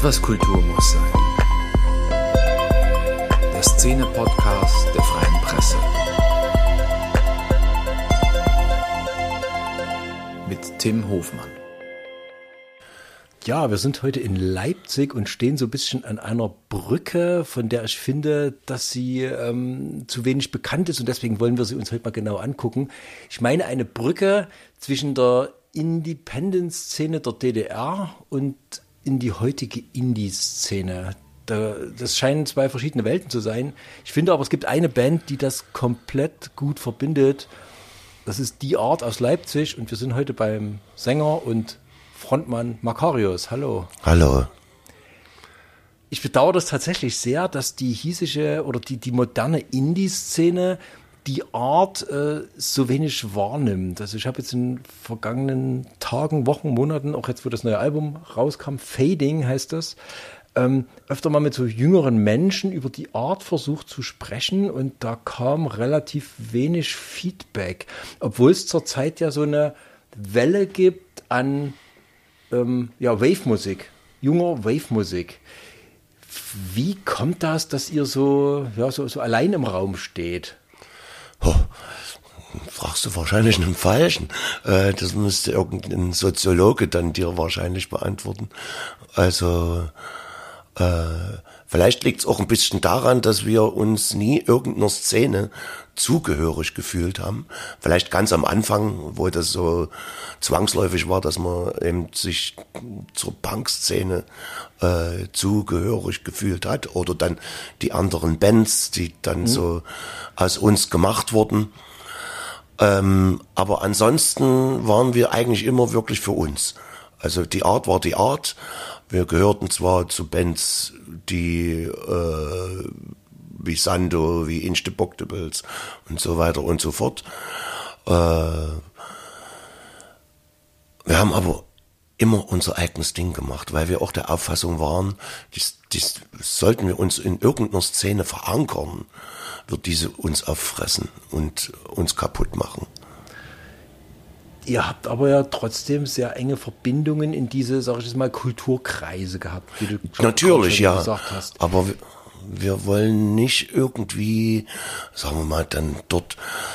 Etwas Kultur muss sein. Der Szene-Podcast der Freien Presse. Mit Tim Hofmann. Ja, wir sind heute in Leipzig und stehen so ein bisschen an einer Brücke, von der ich finde, dass sie zu wenig bekannt ist und deswegen wollen wir sie uns heute mal genau angucken. Ich meine eine Brücke zwischen der Independent-Szene der DDR und in die heutige Indie-Szene. Das scheinen zwei verschiedene Welten zu sein. Ich finde aber, es gibt eine Band, die das komplett gut verbindet. Das ist Die Art aus Leipzig und wir sind heute beim Sänger und Frontmann Makarios. Hallo. Hallo. Ich bedauere das tatsächlich sehr, dass die hiesische oder die moderne Indie-Szene die Art so wenig wahrnimmt. Also ich habe jetzt in vergangenen Tagen, Wochen, Monaten, auch jetzt, wo das neue Album rauskam, Fading heißt das, öfter mal mit so jüngeren Menschen über die Art versucht zu sprechen und da kam relativ wenig Feedback, obwohl es zurzeit ja so eine Welle gibt an Wave-Musik, junger Wave-Musik. Wie kommt das, dass ihr so allein im Raum steht? Oh, fragst du wahrscheinlich einen Falschen. Das müsste irgendein Soziologe dann dir wahrscheinlich beantworten. Also vielleicht liegt es auch ein bisschen daran, dass wir uns nie irgendeiner Szene zugehörig gefühlt haben. Vielleicht ganz am Anfang, wo das so zwangsläufig war, dass man eben sich zur Punk-Szene zugehörig gefühlt hat. Oder dann die anderen Bands, die dann so aus uns gemacht wurden. Aber ansonsten waren wir eigentlich immer wirklich für uns. Also die Art war die Art. Wir gehörten zwar zu Bands, die wie Sando, wie Insteboctables und so weiter und so fort. Wir haben aber immer unser eigenes Ding gemacht, weil wir auch der Auffassung waren, dies sollten wir uns in irgendeiner Szene verankern, wird diese uns auffressen und uns kaputt machen. Ihr habt aber ja trotzdem sehr enge Verbindungen in diese, sag ich jetzt mal, Kulturkreise gehabt, wie du natürlich ja gesagt hast. Aber wir wollen nicht irgendwie, sagen wir mal, dann dort,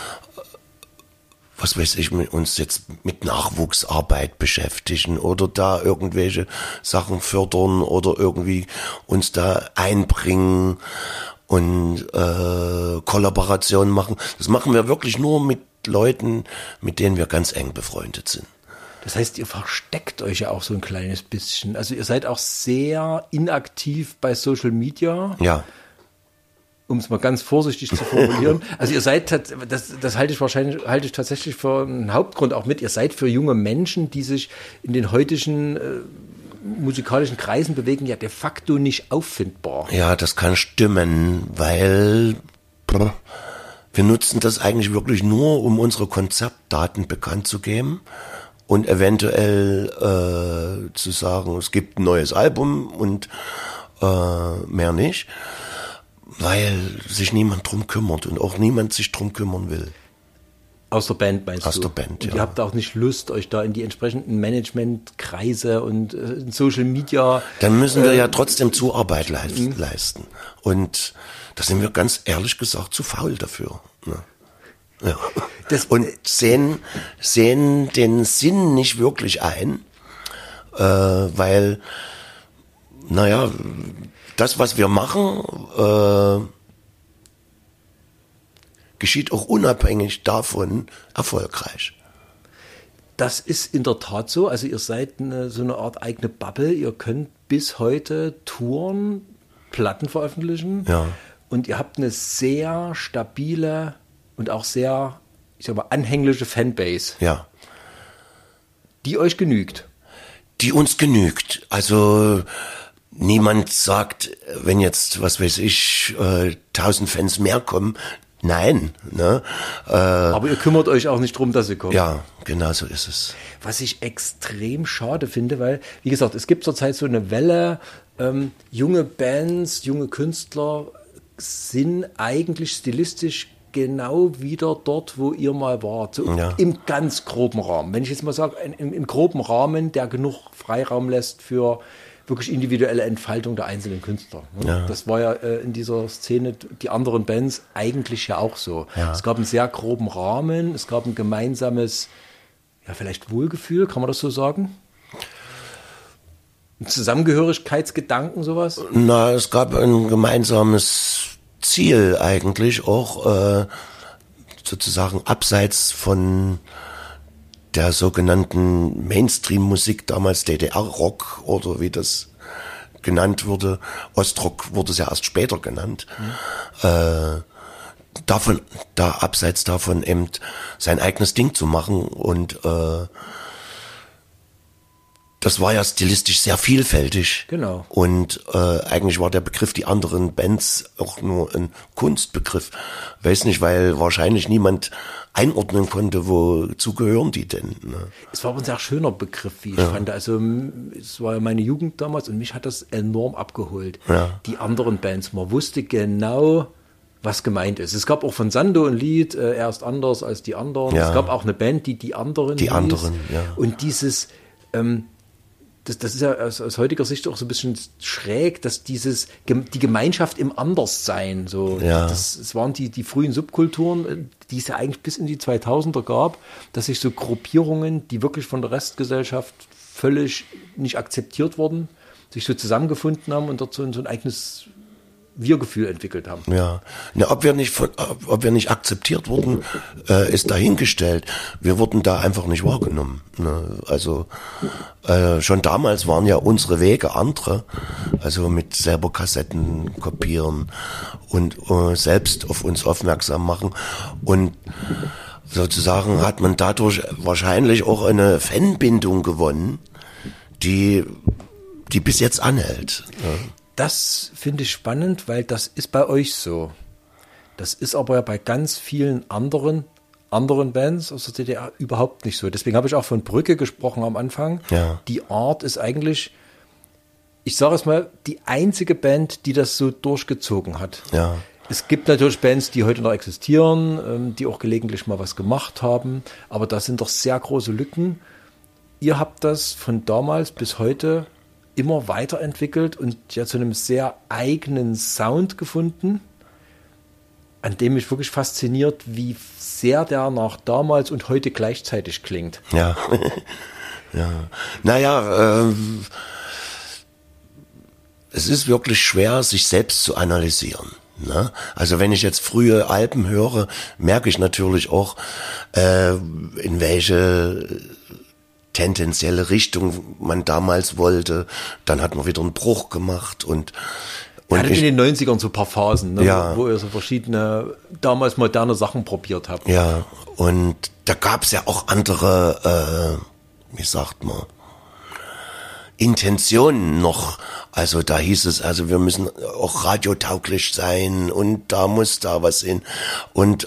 was weiß ich, uns jetzt mit Nachwuchsarbeit beschäftigen oder da irgendwelche Sachen fördern oder irgendwie uns da einbringen und Kollaborationen machen. Das machen wir wirklich nur mit Leuten, mit denen wir ganz eng befreundet sind. Das heißt, ihr versteckt euch ja auch so ein kleines bisschen. Also ihr seid auch sehr inaktiv bei Social Media. Ja. Um es mal ganz vorsichtig zu formulieren. Also ihr seid, das halte ich tatsächlich für einen Hauptgrund auch mit. Ihr seid für junge Menschen, die sich in den heutigen musikalischen Kreisen bewegen, ja de facto nicht auffindbar. Ja, das kann stimmen, weil wir nutzen das eigentlich wirklich nur, um unsere Konzeptdaten bekannt zu geben und eventuell zu sagen, es gibt ein neues Album und mehr nicht, weil sich niemand drum kümmert und auch niemand sich drum kümmern will. Aus der Band meinst du? Aus der Band, ja. Ihr habt auch nicht Lust, euch da in die entsprechenden Managementkreise und Social Media... Dann müssen wir ja trotzdem Zuarbeit leisten. Und da sind wir ganz ehrlich gesagt zu faul dafür. Ne? Ja. Und sehen den Sinn nicht wirklich ein, weil, das, was wir machen, geschieht auch unabhängig davon erfolgreich. Das ist in der Tat so. Also ihr seid so eine Art eigene Bubble. Ihr könnt bis heute touren, Platten veröffentlichen. Ja. Und ihr habt eine sehr stabile und auch sehr, ich sag mal, anhängliche Fanbase. Ja. Die euch genügt. Die uns genügt. Also niemand sagt, wenn jetzt, was weiß ich, 1000 Fans mehr kommen, nein. Ne? Aber ihr kümmert euch auch nicht drum, dass sie kommen. Ja, genau so ist es. Was ich extrem schade finde, weil, wie gesagt, es gibt zurzeit so eine Welle, junge Bands, junge Künstler sind eigentlich stilistisch genau wieder dort, wo ihr mal wart. So im ganz groben Rahmen. Wenn ich jetzt mal sage, im groben Rahmen, der genug Freiraum lässt für wirklich individuelle Entfaltung der einzelnen Künstler. Ne? Ja. Das war ja in dieser Szene, die anderen Bands eigentlich ja auch so. Ja. Es gab einen sehr groben Rahmen, es gab ein gemeinsames, ja vielleicht Wohlgefühl, kann man das so sagen? Ein Zusammengehörigkeitsgedanken, sowas? Na, es gab ein gemeinsames Ziel eigentlich auch, sozusagen abseits von der sogenannten Mainstream-Musik, damals DDR-Rock oder wie das genannt wurde. Ostrock wurde es ja erst später genannt. Abseits davon eben sein eigenes Ding zu machen und das war ja stilistisch sehr vielfältig. Genau. Und eigentlich war der Begriff die anderen Bands auch nur ein Kunstbegriff. Weiß nicht, weil wahrscheinlich niemand einordnen konnte, wozu gehören die denn. Ne? Es war aber ein sehr schöner Begriff, wie ich fand. Also es war ja meine Jugend damals und mich hat das enorm abgeholt. Ja. Die anderen Bands, man wusste genau, was gemeint ist. Es gab auch von Sando ein Lied, er ist anders als die anderen. Ja. Es gab auch eine Band, die anderen Die hieß. anderen, ja. Und dieses... Das ist ja aus heutiger Sicht auch so ein bisschen schräg, dass die Gemeinschaft im Anderssein, so, Ja. es waren die frühen Subkulturen, die es ja eigentlich bis in die 2000er gab, dass sich so Gruppierungen, die wirklich von der Restgesellschaft völlig nicht akzeptiert wurden, sich so zusammengefunden haben und dort so ein eigenes Wir-Gefühl entwickelt haben. Ja, na, ob wir nicht akzeptiert wurden, ist dahingestellt. Wir wurden da einfach nicht wahrgenommen. Ne? Also schon damals waren ja unsere Wege andere, also mit selber Kassetten kopieren und selbst auf uns aufmerksam machen und sozusagen hat man dadurch wahrscheinlich auch eine Fanbindung gewonnen, die bis jetzt anhält. Ja. Das finde ich spannend, weil das ist bei euch so. Das ist aber ja bei ganz vielen anderen Bands aus der DDR überhaupt nicht so. Deswegen habe ich auch von Brücke gesprochen am Anfang. Ja. Die Art ist eigentlich, ich sage es mal, die einzige Band, die das so durchgezogen hat. Ja. Es gibt natürlich Bands, die heute noch existieren, die auch gelegentlich mal was gemacht haben, aber das sind doch sehr große Lücken. Ihr habt das von damals bis heute immer weiterentwickelt und ja zu einem sehr eigenen Sound gefunden, an dem mich wirklich fasziniert, wie sehr der nach damals und heute gleichzeitig klingt. Ja, ja. Naja, es ist wirklich schwer, sich selbst zu analysieren. Ne? Also wenn ich jetzt frühe Alben höre, merke ich natürlich auch, in welche tendenzielle Richtung man damals wollte. Dann hat man wieder einen Bruch gemacht und in den 90ern so ein paar Phasen, ne, ja, wo ihr so verschiedene, damals moderne Sachen probiert habt. Ja, und da gab es ja auch andere, wie sagt man, Intentionen noch. Also da hieß es, also wir müssen auch radiotauglich sein und da muss da was hin. Und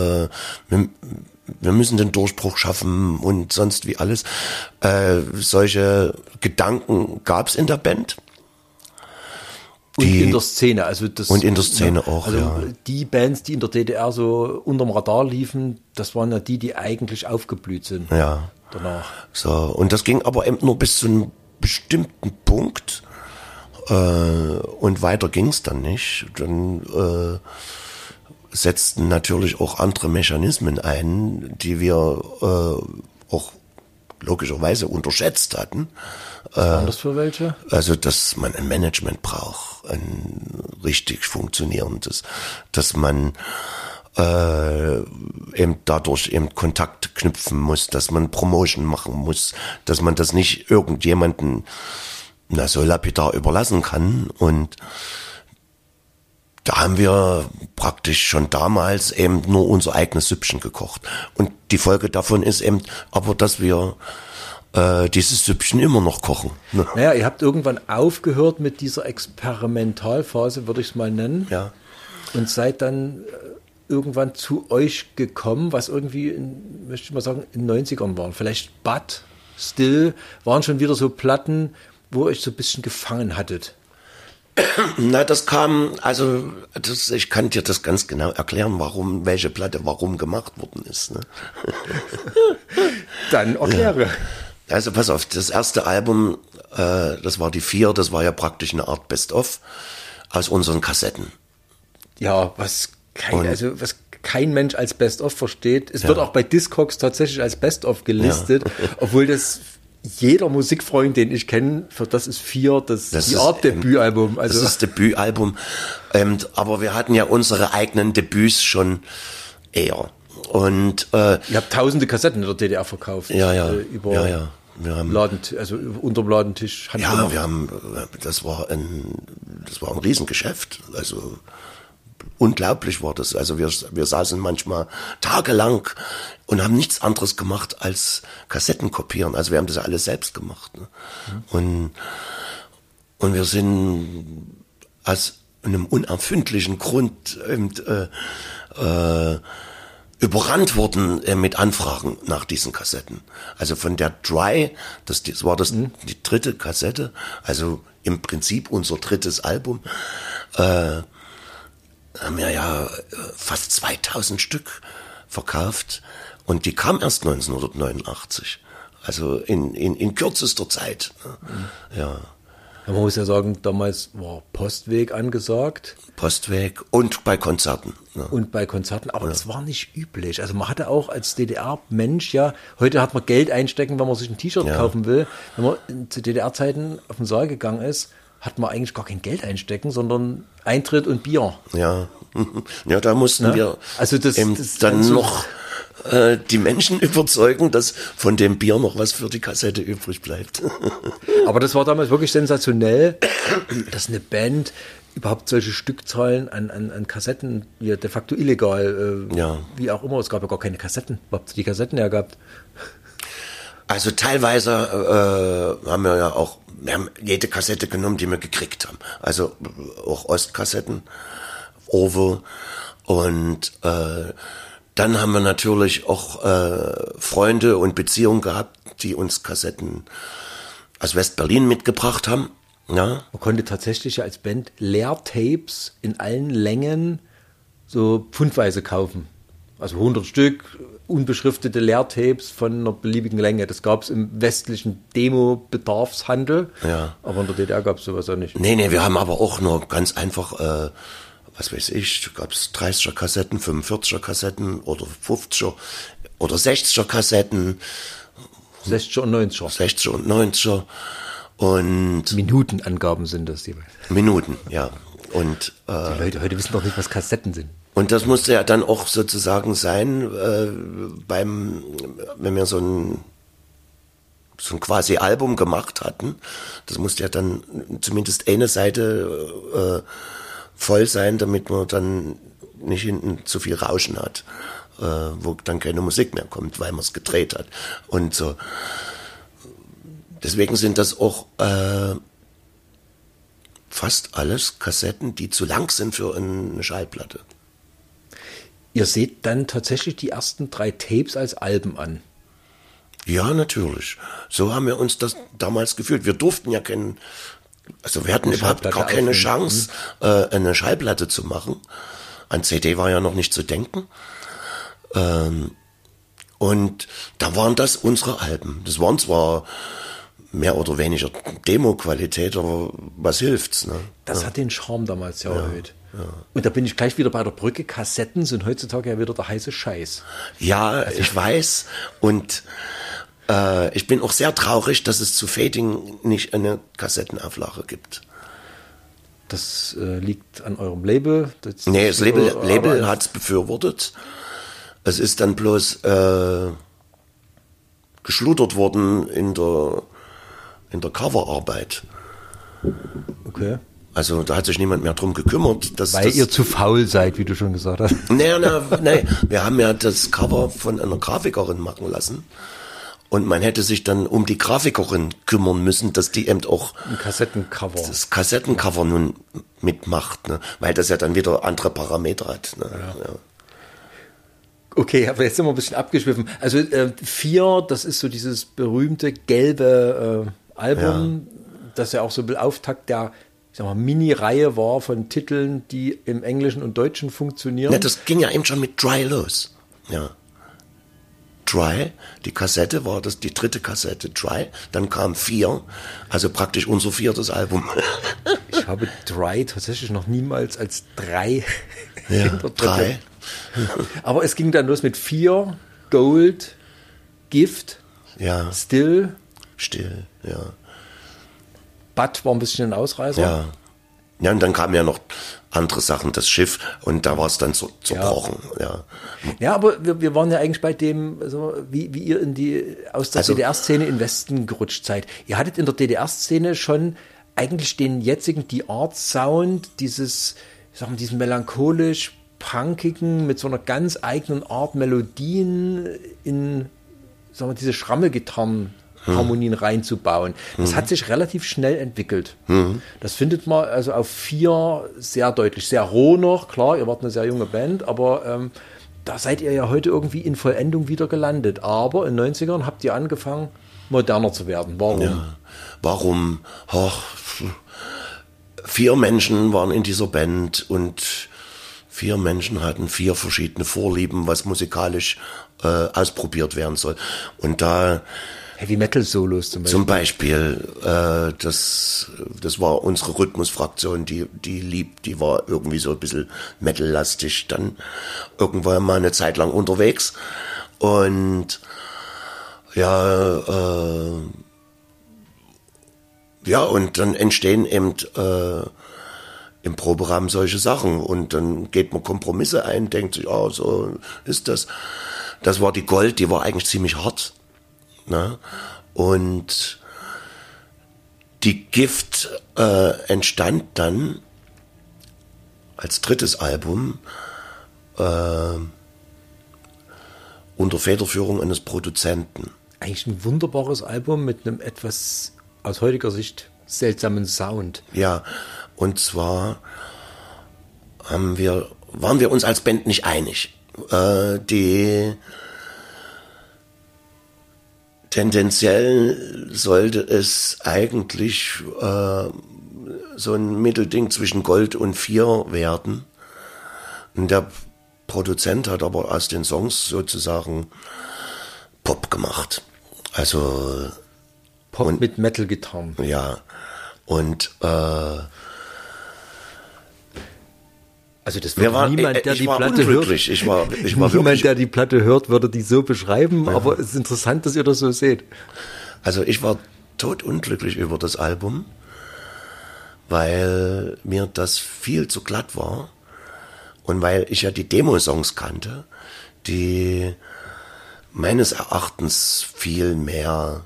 wir müssen den Durchbruch schaffen und sonst wie alles. Solche Gedanken gab es in der Band. Und in der Szene. Also das, und in der Szene auch, also ja. Die Bands, die in der DDR so unterm Radar liefen, das waren ja die eigentlich aufgeblüht sind. Ja. Danach. So, und das ging aber eben nur bis zu einem bestimmten Punkt. Und weiter ging es dann nicht. Dann setzten natürlich auch andere Mechanismen ein, die wir auch logischerweise unterschätzt hatten. Was waren das für welche? Also, dass man ein Management braucht, ein richtig funktionierendes, dass man eben dadurch eben Kontakt knüpfen muss, dass man Promotion machen muss, dass man das nicht irgendjemanden so lapidar überlassen kann. Und da haben wir praktisch schon damals eben nur unser eigenes Süppchen gekocht. Und die Folge davon ist eben aber, dass wir dieses Süppchen immer noch kochen. Ne? Naja, ihr habt irgendwann aufgehört mit dieser Experimentalphase, würde ich es mal nennen. Ja. Und seid dann irgendwann zu euch gekommen, was irgendwie, möchte ich mal sagen, in den 90ern waren. Vielleicht But Still waren schon wieder so Platten, wo ihr euch so ein bisschen gefangen hattet. Na, das kam, also ich kann dir das ganz genau erklären, welche Platte warum gemacht worden ist. Ne? Dann erkläre. Also pass auf, das erste Album, das war die 4, das war ja praktisch eine Art Best-of aus unseren Kassetten. Ja, was kein Mensch als Best-of versteht. Es wird auch bei Discogs tatsächlich als Best-of gelistet, obwohl das jeder Musikfreund, den ich kenne, für das ist 4 die Art Debütalbum. Also das ist Debütalbum, aber wir hatten ja unsere eigenen Debüts schon eher. Und ihr habt tausende Kassetten in der DDR verkauft. Wir haben unterm Ladentisch. Das war ein Riesengeschäft. Also unglaublich war das. Also wir saßen manchmal tagelang und haben nichts anderes gemacht als Kassetten kopieren. Also wir haben das alles selbst gemacht. Ne? Und wir sind aus einem unerfindlichen Grund überrannt wurden mit Anfragen nach diesen Kassetten. Also von der Dry, das war die 3. Kassette, also im Prinzip unser 3. Album, haben wir ja fast 2000 Stück verkauft und die kam erst 1989. Also in kürzester Zeit. Ne? Ja. Man muss ja sagen, damals war Postweg angesagt. Postweg und bei Konzerten. Ne? Und bei Konzerten, aber das war nicht üblich. Also man hatte auch als DDR-Mensch, heute hat man Geld einstecken, wenn man sich ein T-Shirt kaufen will. Wenn man zu DDR-Zeiten auf den Saal gegangen ist, hat man eigentlich gar kein Geld einstecken, sondern Eintritt und Bier. Ja, da mussten wir also das dann noch die Menschen überzeugen, dass von dem Bier noch was für die Kassette übrig bleibt. Aber das war damals wirklich sensationell, dass eine Band überhaupt solche Stückzahlen an Kassetten, ja, de facto illegal, wie auch immer, es gab ja gar keine Kassetten. Wo habt ihr die Kassetten ja gehabt? Also teilweise haben wir haben jede Kassette genommen, die wir gekriegt haben. Also auch Ostkassetten, Orwo und dann haben wir natürlich auch Freunde und Beziehungen gehabt, die uns Kassetten aus West-Berlin mitgebracht haben. Ja. Man konnte tatsächlich als Band Leertapes in allen Längen so pfundweise kaufen. Also 100 Stück, unbeschriftete Leertapes von einer beliebigen Länge. Das gab es im westlichen Demo-Bedarfshandel, aber in der DDR gab es sowas auch nicht. Nee, wir haben aber auch nur ganz einfach... was weiß ich, gab es 30er Kassetten, 45er Kassetten oder 50er oder 60er Kassetten. 60er und 90er. 60er und 90er. Und Minutenangaben sind das jeweils. Minuten, ja. Und die Leute heute wissen doch nicht, was Kassetten sind. Und das musste ja dann auch sozusagen sein, wenn wir so ein quasi Album gemacht hatten, das musste ja dann zumindest eine Seite voll sein, damit man dann nicht hinten zu viel Rauschen hat, wo dann keine Musik mehr kommt, weil man es gedreht hat und so. Deswegen sind das auch fast alles Kassetten, die zu lang sind für eine Schallplatte. Ihr seht dann tatsächlich die ersten 3 Tapes als Alben an? Ja, natürlich. So haben wir uns das damals gefühlt. Wir durften ja wir hatten überhaupt gar keine Chance, eine Schallplatte zu machen. An CD war ja noch nicht zu denken. Und da waren das unsere Alben. Das waren zwar mehr oder weniger Demo-Qualität, aber was hilft's? Ne? Das hat den Charme damals erhöht. Ja. Und da bin ich gleich wieder bei der Brücke. Kassetten sind heutzutage ja wieder der heiße Scheiß. Ja, ich weiß. Und ich bin auch sehr traurig, dass es zu Fading nicht eine Kassettenauflage gibt. Das liegt an eurem Label? Das Label hat es befürwortet. Es ist dann bloß geschludert worden in der Coverarbeit. Okay. Also da hat sich niemand mehr drum gekümmert. Weil ihr zu faul seid, wie du schon gesagt hast. Nee, wir haben ja das Cover von einer Grafikerin machen lassen. Und man hätte sich dann um die Grafikerin kümmern müssen, dass die eben auch das Kassettencover nun mitmacht, ne? Weil das ja dann wieder andere Parameter hat. Ne? Ja. Okay, aber jetzt sind wir ein bisschen abgeschwiffen. Also 4, das ist so dieses berühmte gelbe Album, das ja auch so ein Auftakt der Mini-Reihe war von Titeln, die im Englischen und Deutschen funktionieren. Ja, das ging ja eben schon mit Dry los. Ja. Dry, die Kassette war das, die dritte Kassette, Dry, dann kam 4, also praktisch unser 4. Album. Ich habe Dry tatsächlich noch niemals als 3 Ja, interpretiert. 3. Aber es ging dann los mit 4, Gold, Gift, Ja, Still, still, ja. Bud war ein bisschen ein Ausreißer. Ja. Ja, und dann kamen ja noch andere Sachen, das Schiff, und da war es dann zerbrochen, ja. Ja, aber wir waren ja eigentlich bei dem, also wie ihr aus der Also- DDR-Szene in den Westen gerutscht seid. Ihr hattet in der DDR-Szene schon eigentlich den jetzigen, die Art Sound, dieses, ich sag mal, diesen melancholisch punkigen, mit so einer ganz eigenen Art Melodien in, sagen wir, diese Schrammelgitarren-Harmonien reinzubauen. Das hat sich relativ schnell entwickelt. Das findet man also auf 4 sehr deutlich. Sehr roh noch, klar, ihr wart eine sehr junge Band, aber da seid ihr ja heute irgendwie in Vollendung wieder gelandet. Aber in den 90ern habt ihr angefangen, moderner zu werden. Warum? Ja. Warum? Ach, 4 Menschen waren in dieser Band und 4 Menschen hatten 4 verschiedene Vorlieben, was musikalisch ausprobiert werden soll. Und da Heavy Metal Solos zum Beispiel. das war unsere Rhythmusfraktion, die war irgendwie so ein bisschen metal-lastig, dann irgendwann mal eine Zeit lang unterwegs. Und und dann entstehen eben im Proberaum solche Sachen und dann geht man Kompromisse ein, denkt sich, so ist das. Das war die Gold, die war eigentlich ziemlich hart. Ne? Und die Gift entstand dann als 3. Album unter Federführung eines Produzenten. Eigentlich ein wunderbares Album mit einem etwas aus heutiger Sicht seltsamen Sound. Ja, und zwar waren wir uns als Band nicht einig. Tendenziell sollte es eigentlich so ein Mittelding zwischen Gold und 4 werden. Und der Produzent hat aber aus den Songs sozusagen Pop gemacht. Also Pop mit Metal-Gitarren. ja, und Also das wird niemand, der die Platte unglücklich. hört. Ich war Niemand, wirklich, der die Platte hört, würde die so beschreiben, aber es ist interessant, dass ihr das so seht. also ich war totunglücklich über das Album, weil mir das viel zu glatt war und weil ich ja die Demo-Songs kannte, die meines Erachtens viel mehr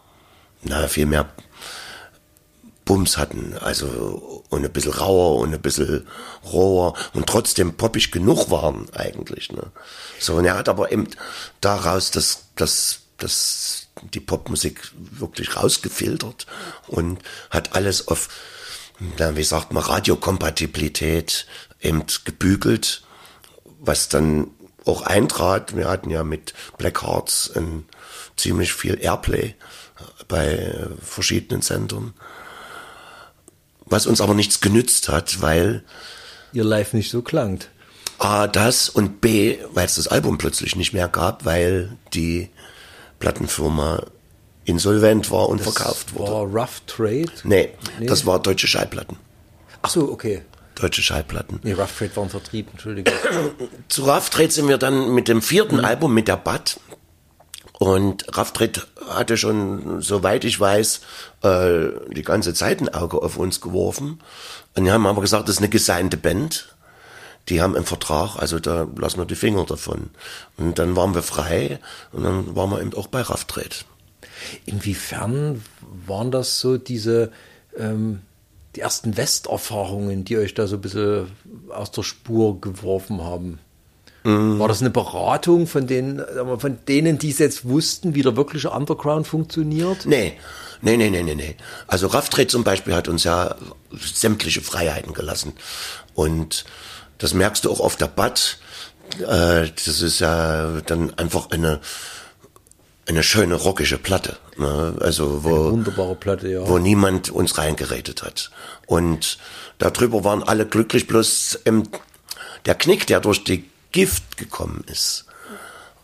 Bums hatten, also und ein bisschen rauer und ein bisschen roher und trotzdem poppig genug waren eigentlich. Ne? So, und er hat aber eben daraus die Popmusik wirklich rausgefiltert und hat alles auf, wie sagt man, Radiokompatibilität eben gebügelt, was dann auch eintrat. Wir hatten ja mit Black Hearts ziemlich viel Airplay bei verschiedenen Sendern. Was uns aber nichts genützt hat, weil Ihr live nicht so klangt. A, das und B, weil es das Album plötzlich nicht mehr gab, weil die Plattenfirma insolvent war und verkauft wurde. War Rough Trade? Nee, das war Deutsche Schallplatten. Ach so, okay. Deutsche Schallplatten. Nee, Rough Trade war ein Vertrieb, Entschuldigung. Zu Rough Trade sind wir dann mit dem 4. Album mit der Bud. Und Rough Trade hatte schon, soweit ich weiß, die ganze Zeit ein Auge auf uns geworfen. Und die haben aber gesagt, das ist eine gesignte Band. Die haben einen Vertrag, also da lassen wir die Finger davon. Und dann waren wir frei und dann waren wir eben auch bei Rough Trade. Inwiefern waren das so die ersten Westerfahrungen, die euch da so ein bisschen aus der Spur geworfen haben? War das eine Beratung von denen, die es jetzt wussten, wie der wirkliche Underground funktioniert? Nee. Also Rough Trade zum Beispiel hat uns ja sämtliche Freiheiten gelassen. Und das merkst du auch auf der Bud. Das ist ja dann einfach eine schöne rockige Platte. Ne? Also Eine wunderbare Platte, ja. wo niemand uns reingeredet hat. Und darüber waren alle glücklich, bloß der Knick, der durch die Gift gekommen ist,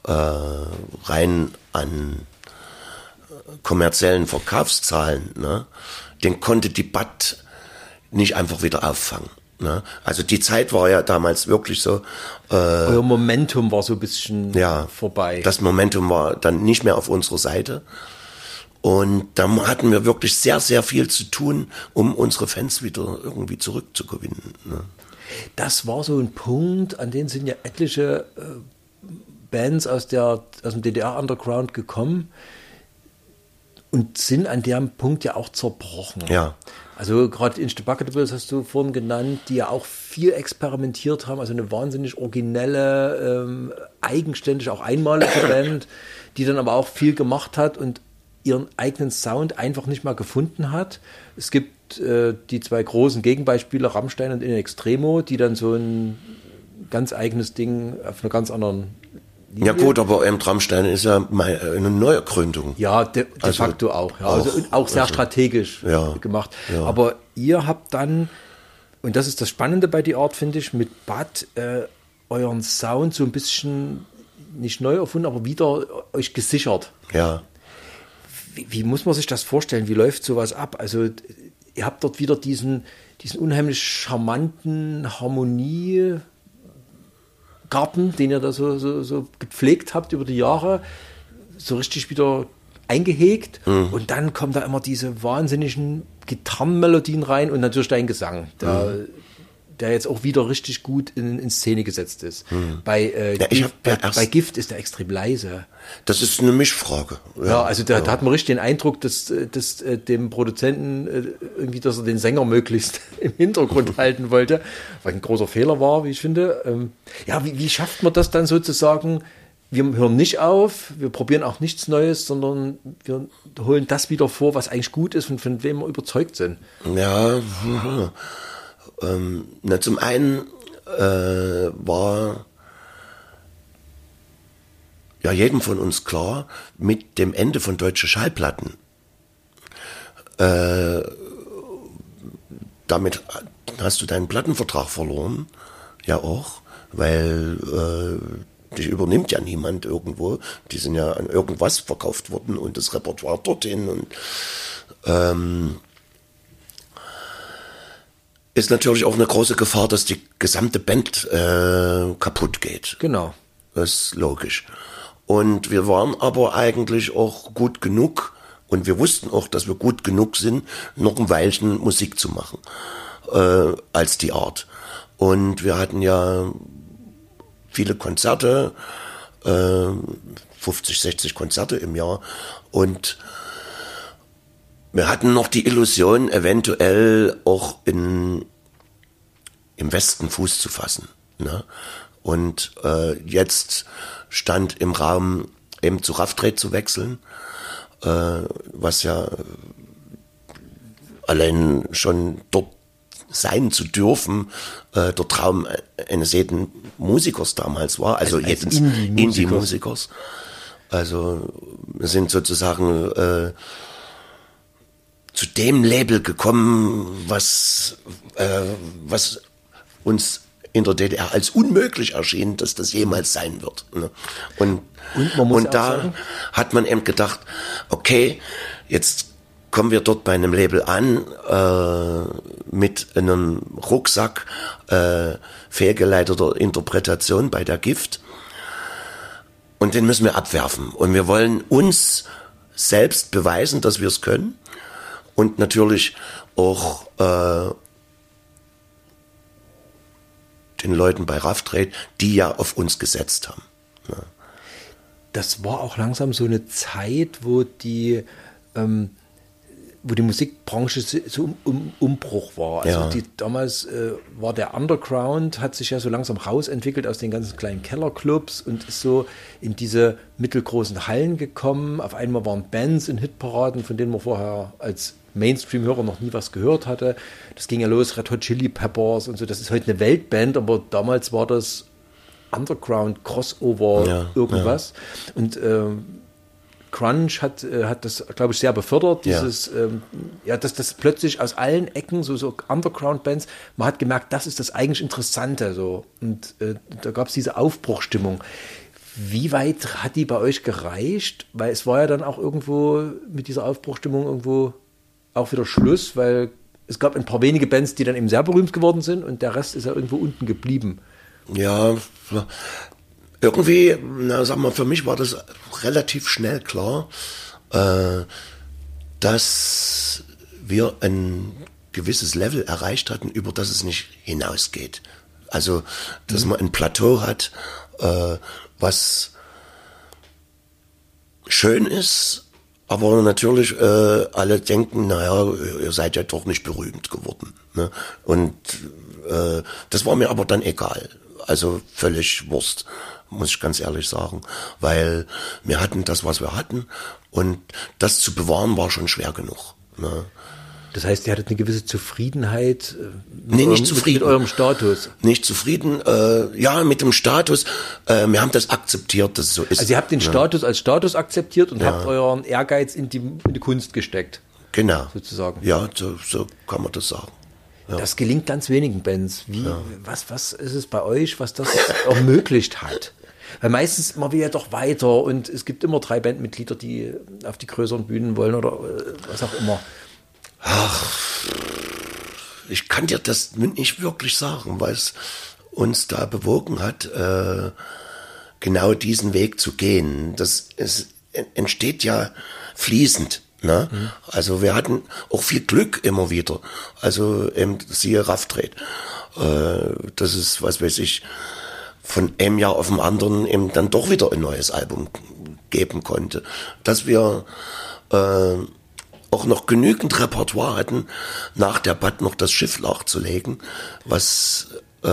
rein an kommerziellen Verkaufszahlen, ne, den konnte die BAT nicht einfach wieder auffangen. Ne? Also die Zeit war ja damals wirklich so. Euer Momentum war so ein bisschen vorbei. Das Momentum war dann nicht mehr auf unserer Seite. Und da hatten wir wirklich sehr, sehr viel zu tun, um unsere Fans wieder irgendwie zurückzugewinnen. Ne? Das war so ein Punkt, an den sind ja etliche Bands aus dem DDR-Underground gekommen und sind an dem Punkt ja auch zerbrochen. Ja. Also gerade Instabucketables hast du vorhin genannt, die ja auch viel experimentiert haben, also eine wahnsinnig originelle, eigenständig, auch einmalige Band, die dann aber auch viel gemacht hat und ihren eigenen Sound einfach nicht mal gefunden hat. Es gibt die zwei großen Gegenbeispiele, Rammstein und In Extremo, die dann so ein ganz eigenes Ding auf einer ganz anderen Linie. Ja gut, aber Rammstein ist ja eine Neugründung. Ja, de facto auch. Ja. Auch sehr strategisch gemacht. Ja. Aber ihr habt dann, und das ist das Spannende bei die Art, finde ich, mit BAT euren Sound so ein bisschen nicht neu erfunden, aber wieder euch gesichert. Ja. Wie muss man sich das vorstellen? Wie läuft sowas ab? Also ihr habt dort wieder diesen unheimlich charmanten Harmoniegarten, den ihr da so gepflegt habt über die Jahre, so richtig wieder eingehegt. Und dann kommen da immer diese wahnsinnigen Gitarrenmelodien rein und natürlich dein Gesang, der jetzt auch wieder richtig gut in Szene gesetzt ist. Bei Gift ist der extrem leise. Das ist eine Mischfrage. Ja, also da hat man richtig den Eindruck, dass dem Produzenten irgendwie, dass er den Sänger möglichst im Hintergrund halten wollte, was ein großer Fehler war, wie ich finde. Wie schafft man das dann sozusagen? Wir hören nicht auf, wir probieren auch nichts Neues, sondern wir holen das wieder vor, was eigentlich gut ist und von wem wir überzeugt sind. Ja, zum einen war ja jedem von uns klar, mit dem Ende von Deutsche Schallplatten, damit hast du deinen Plattenvertrag verloren, ja auch, weil dich übernimmt ja niemand irgendwo, die sind ja an irgendwas verkauft worden und das Repertoire dorthin und ist natürlich auch eine große Gefahr, dass die gesamte Band kaputt geht. Genau. Das ist logisch. Und wir waren aber eigentlich auch gut genug und wir wussten auch, dass wir gut genug sind, noch ein Weilchen Musik zu machen, als die Art. Und wir hatten ja viele Konzerte, 50, 60 Konzerte im Jahr und wir hatten noch die Illusion, eventuell auch im Westen Fuß zu fassen. Ne? Und jetzt stand im Raum, eben zu Rough Trade zu wechseln, was ja allein schon dort sein zu dürfen, der Traum eines jeden Musikers damals war, also jeden Indie-Musikers. Also wir sind sozusagen zu dem Label gekommen, was uns in der DDR als unmöglich erschien, dass das jemals sein wird. Ne? Und da sagen, hat man eben gedacht, okay, jetzt kommen wir dort bei einem Label an, mit einem Rucksack fehlgeleiteter Interpretation bei der Gift. Und den müssen wir abwerfen. Und wir wollen uns selbst beweisen, dass wir es können. Und natürlich auch den Leuten bei Rough Trade, die ja auf uns gesetzt haben. Ja. Das war auch langsam so eine Zeit, wo die Musikbranche so im Umbruch war. Also damals war der Underground, hat sich ja so langsam rausentwickelt aus den ganzen kleinen Kellerclubs und ist so in diese mittelgroßen Hallen gekommen. Auf einmal waren Bands in Hitparaden, von denen man vorher als Mainstream-Hörer noch nie was gehört hatte. Das ging ja los, Red Hot Chili Peppers und so. Das ist heute eine Weltband, aber damals war das Underground, Crossover, irgendwas. Ja. Und Grunge hat das, glaube ich, sehr befördert, dieses, dass das plötzlich aus allen Ecken, so Underground-Bands, man hat gemerkt, das ist das eigentlich Interessante, so. Und da gab es diese Aufbruchstimmung. Wie weit hat die bei euch gereicht? Weil es war ja dann auch irgendwo mit dieser Aufbruchstimmung irgendwo auch wieder Schluss, weil es gab ein paar wenige Bands, die dann eben sehr berühmt geworden sind und der Rest ist ja irgendwo unten geblieben. Ja, irgendwie, sag mal, für mich war das relativ schnell klar, dass wir ein gewisses Level erreicht hatten, über das es nicht hinausgeht. Also, dass man ein Plateau hat, was schön ist, aber natürlich alle denken, naja, ihr seid ja doch nicht berühmt geworden. Ne? Und das war mir aber dann egal. Also völlig Wurst, muss ich ganz ehrlich sagen. Weil wir hatten das, was wir hatten. Und das zu bewahren war schon schwer genug. Ne? Das heißt, ihr hattet eine gewisse Zufriedenheit mit eurem Status. Nicht zufrieden, ja, mit dem Status. Wir haben das akzeptiert, dass es so ist. Also ihr habt den Status als Status akzeptiert und habt euren Ehrgeiz in die Kunst gesteckt. Genau. Sozusagen. Ja, so kann man das sagen. Ja. Das gelingt ganz wenigen Bands. Was ist es bei euch, was das ermöglicht hat? Weil meistens, man will ja doch weiter und es gibt immer 3 Bandmitglieder, die auf die größeren Bühnen wollen oder was auch immer. Ach, ich kann dir das nicht wirklich sagen, weil es uns da bewogen hat, genau diesen Weg zu gehen. Es entsteht ja fließend. Ne? Mhm. Also wir hatten auch viel Glück immer wieder. Also siehe Rafftrade. Das ist, was weiß ich, von einem Jahr auf dem anderen eben dann doch wieder ein neues Album geben konnte. Dass wir auch noch genügend Repertoire hatten, nach der Bad noch das Schiff nachzulegen, was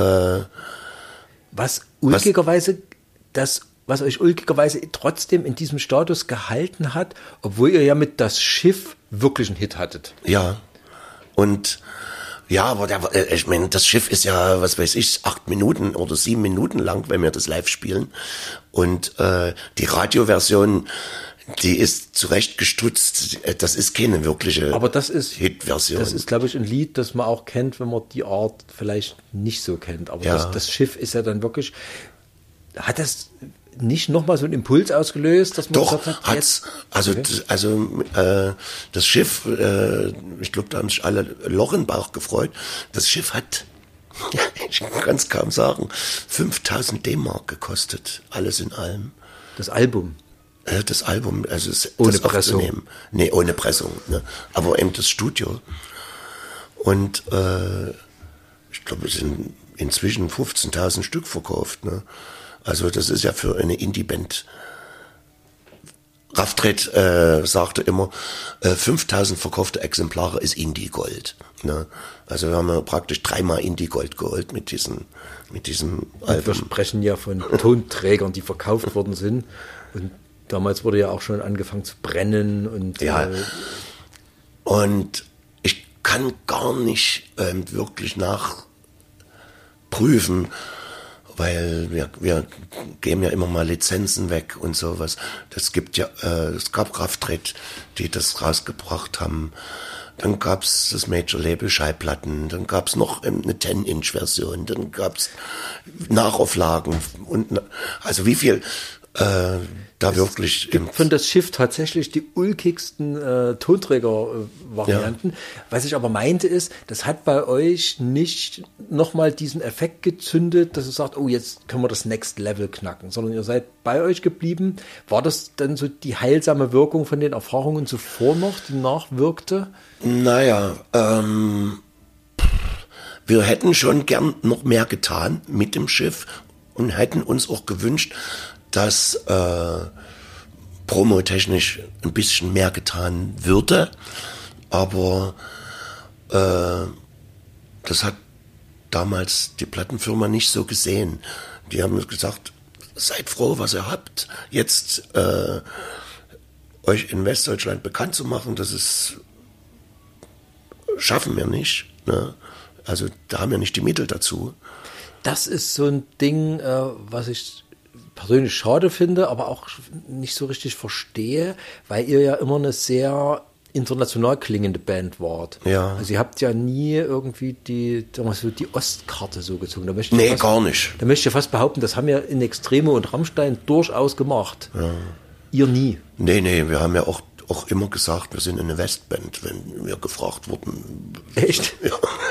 euch ulkigerweise trotzdem in diesem Status gehalten hat, obwohl ihr ja mit das Schiff wirklich einen Hit hattet. Ja, und ja, aber ich meine, das Schiff ist ja, was weiß ich, 8 Minuten oder 7 Minuten lang, wenn wir das live spielen. Und die Radioversion, die ist zurechtgestutzt. Das ist keine wirkliche Hitversion. Das ist, glaube ich, ein Lied, das man auch kennt, wenn man die Art vielleicht nicht so kennt. Aber ja. Das Schiff ist ja dann wirklich... Hat das nicht nochmal so einen Impuls ausgelöst, dass man doch, gesagt hat, hat's. Das Schiff, ich glaube, da haben sich alle Loch im Bauch gefreut. Das Schiff hat, ich kann es kaum sagen, 5.000 D-Mark gekostet, alles in allem. Das Album? Das Album, also ohne Pressung? Nee, ohne Pressung. Ne? Aber eben das Studio. Und ich glaube, es sind inzwischen 15.000 Stück verkauft. Ne? Also das ist ja für eine Indie-Band. Rafftrade sagte immer, 5.000 verkaufte Exemplare ist Indie-Gold. Ne? Also wir haben ja praktisch 3-mal Indie-Gold geholt mit diesem Album. Wir sprechen ja von Tonträgern, die verkauft worden sind. Und damals wurde ja auch schon angefangen zu brennen. Und ja. Und ich kann gar nicht wirklich nachprüfen, weil wir geben ja immer mal Lizenzen weg und sowas. Es gab Rafftrade, die das rausgebracht haben. Dann gab's das Major-Label Schallplatten, dann gab's noch eine 10-Inch-Version, dann gab's Nachauflagen und also wie viel da wirklich... gibt von das Schiff tatsächlich die ulkigsten Tonträger-Varianten. Ja. Was ich aber meinte ist, das hat bei euch nicht nochmal diesen Effekt gezündet, dass ihr sagt, oh, jetzt können wir das Next Level knacken, sondern ihr seid bei euch geblieben. War das dann so die heilsame Wirkung von den Erfahrungen zuvor noch, die nachwirkte? Naja, wir hätten schon gern noch mehr getan mit dem Schiff und hätten uns auch gewünscht, dass promotechnisch ein bisschen mehr getan würde, aber das hat damals die Plattenfirma nicht so gesehen. Die haben gesagt, seid froh, was ihr habt, jetzt euch in Westdeutschland bekannt zu machen, das schaffen wir nicht. Ne? Also da haben wir nicht die Mittel dazu. Das ist so ein Ding, was ich persönlich schade finde, aber auch nicht so richtig verstehe, weil ihr ja immer eine sehr international klingende Band wart. Ja. Also ihr habt ja nie irgendwie die Ostkarte so gezogen. Gar nicht. Da möchte ich ja fast behaupten, das haben ja in Extremo und Rammstein durchaus gemacht. Ja. Ihr nie. Nee, wir haben ja auch immer gesagt, wir sind eine Westband, wenn wir gefragt wurden. Echt? Ja.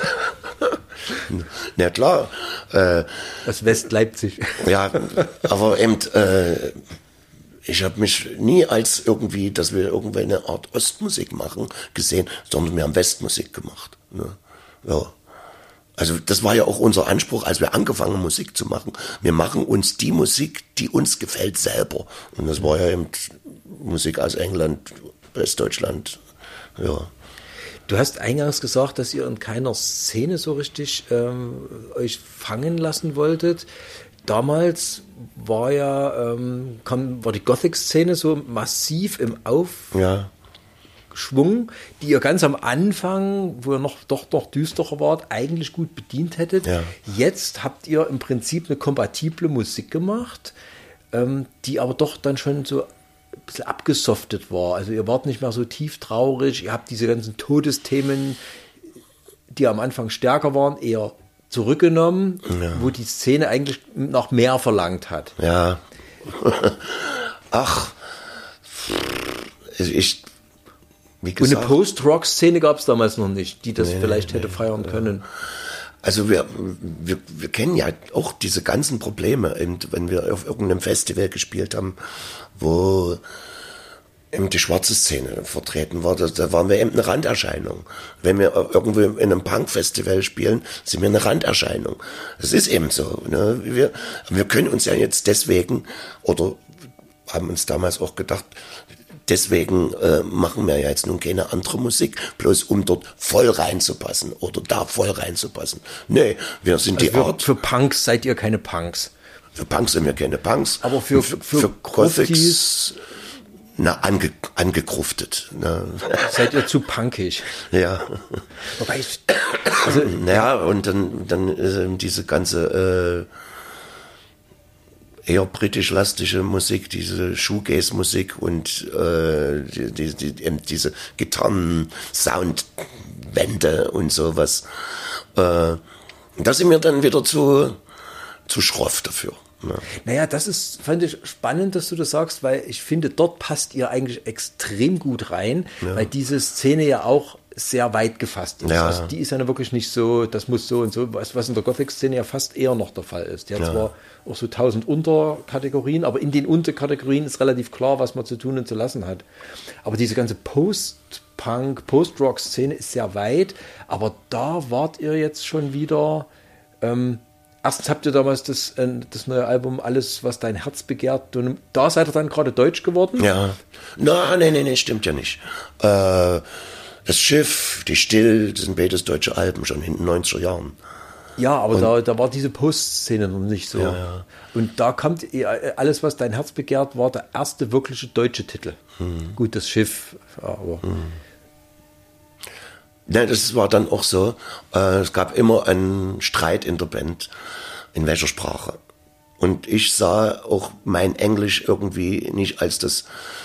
Na klar. Das West-Leipzig. Ja, aber eben, ich habe mich nie als irgendwie, dass wir irgendwie eine Art Ostmusik machen, gesehen, sondern wir haben Westmusik gemacht. Ne? Ja. Also das war ja auch unser Anspruch, als wir angefangen haben, Musik zu machen. Wir machen uns die Musik, die uns gefällt, selber. Und das war ja eben Musik aus England, Westdeutschland. Ja. Du hast eingangs gesagt, dass ihr in keiner Szene so richtig euch fangen lassen wolltet. Damals war ja war die Gothic-Szene so massiv im Aufschwung, die ihr ganz am Anfang, wo ihr noch düsterer wart, eigentlich gut bedient hättet. Ja. Jetzt habt ihr im Prinzip eine kompatible Musik gemacht, die aber doch dann schon so ein bisschen abgesoftet war. Also ihr wart nicht mehr so tief traurig, ihr habt diese ganzen Todesthemen, die am Anfang stärker waren, eher zurückgenommen, wo die Szene eigentlich noch mehr verlangt hat. Ja. Ach, wie gesagt. Und eine Post-Rock-Szene gab es damals noch nicht, die das vielleicht hätte feiern können. Also wir kennen ja auch diese ganzen Probleme, eben, wenn wir auf irgendeinem Festival gespielt haben, wo eben die schwarze Szene vertreten war, da waren wir eben eine Randerscheinung. Wenn wir irgendwo in einem Punk-Festival spielen, sind wir eine Randerscheinung. Das ist eben so. Ne? Wir können uns ja jetzt deswegen, oder haben uns damals auch gedacht, deswegen machen wir ja jetzt nun keine andere Musik, bloß um dort voll reinzupassen oder da voll reinzupassen. Nee, wir sind also die Art. Für Punks seid ihr keine Punks. Für Punks sind wir keine Punks. Aber für Gothics angekruftet. Ne? Seid ihr zu punkig. Ja. Wobei und dann diese ganze eher britisch-lastige Musik, diese Shoegaze-Musik und diese Gitarren-Soundwände und sowas. Da sind wir dann wieder zu schroff dafür. Ne? Naja, fand ich spannend, dass du das sagst, weil ich finde, dort passt ihr eigentlich extrem gut rein, weil diese Szene ja auch sehr weit gefasst ist. Ja. Also die ist ja wirklich nicht so, das muss so und so, was in der Gothic-Szene ja fast eher noch der Fall ist. Die hat zwar auch so 1000 Unterkategorien, aber in den Unterkategorien ist relativ klar, was man zu tun und zu lassen hat. Aber diese ganze Post-Punk, Post-Rock-Szene ist sehr weit, aber da wart ihr jetzt schon wieder. Erstens habt ihr damals das neue Album Alles, was dein Herz begehrt. Da seid ihr dann gerade deutsch geworden? Ja. Nee, stimmt ja nicht. Das Schiff, die Still, das sind beides deutsche Alben, schon in den 90er Jahren. Ja, aber da war diese Post-Szene noch nicht so. Ja. Und da kommt Alles, was dein Herz begehrt, war der erste wirkliche deutsche Titel. Gut, das Schiff, aber... Ja, das war dann auch so, es gab immer einen Streit in der Band, in welcher Sprache. Und ich sah auch mein Englisch irgendwie nicht als das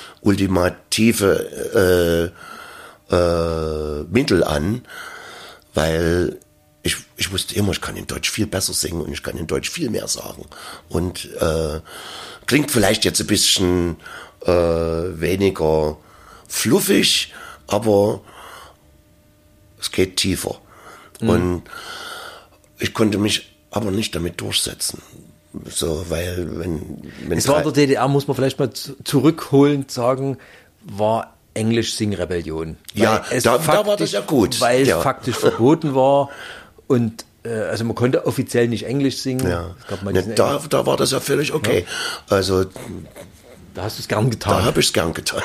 ultimative Mittel an, weil ich wusste immer, ich kann in Deutsch viel besser singen und ich kann in Deutsch viel mehr sagen. Und klingt vielleicht jetzt ein bisschen weniger fluffig, aber es geht tiefer. Und ich konnte mich aber nicht damit durchsetzen. So, weil wenn es war in der DDR, muss man vielleicht mal zurückholend sagen, war Englisch-Sing-Rebellion. Ja, da war das ja gut. Weil es faktisch verboten war und also man konnte offiziell nicht Englisch singen. Ja. Da war das ja völlig okay. Ja. Also da hast du es gern getan. Da habe ich es gern getan.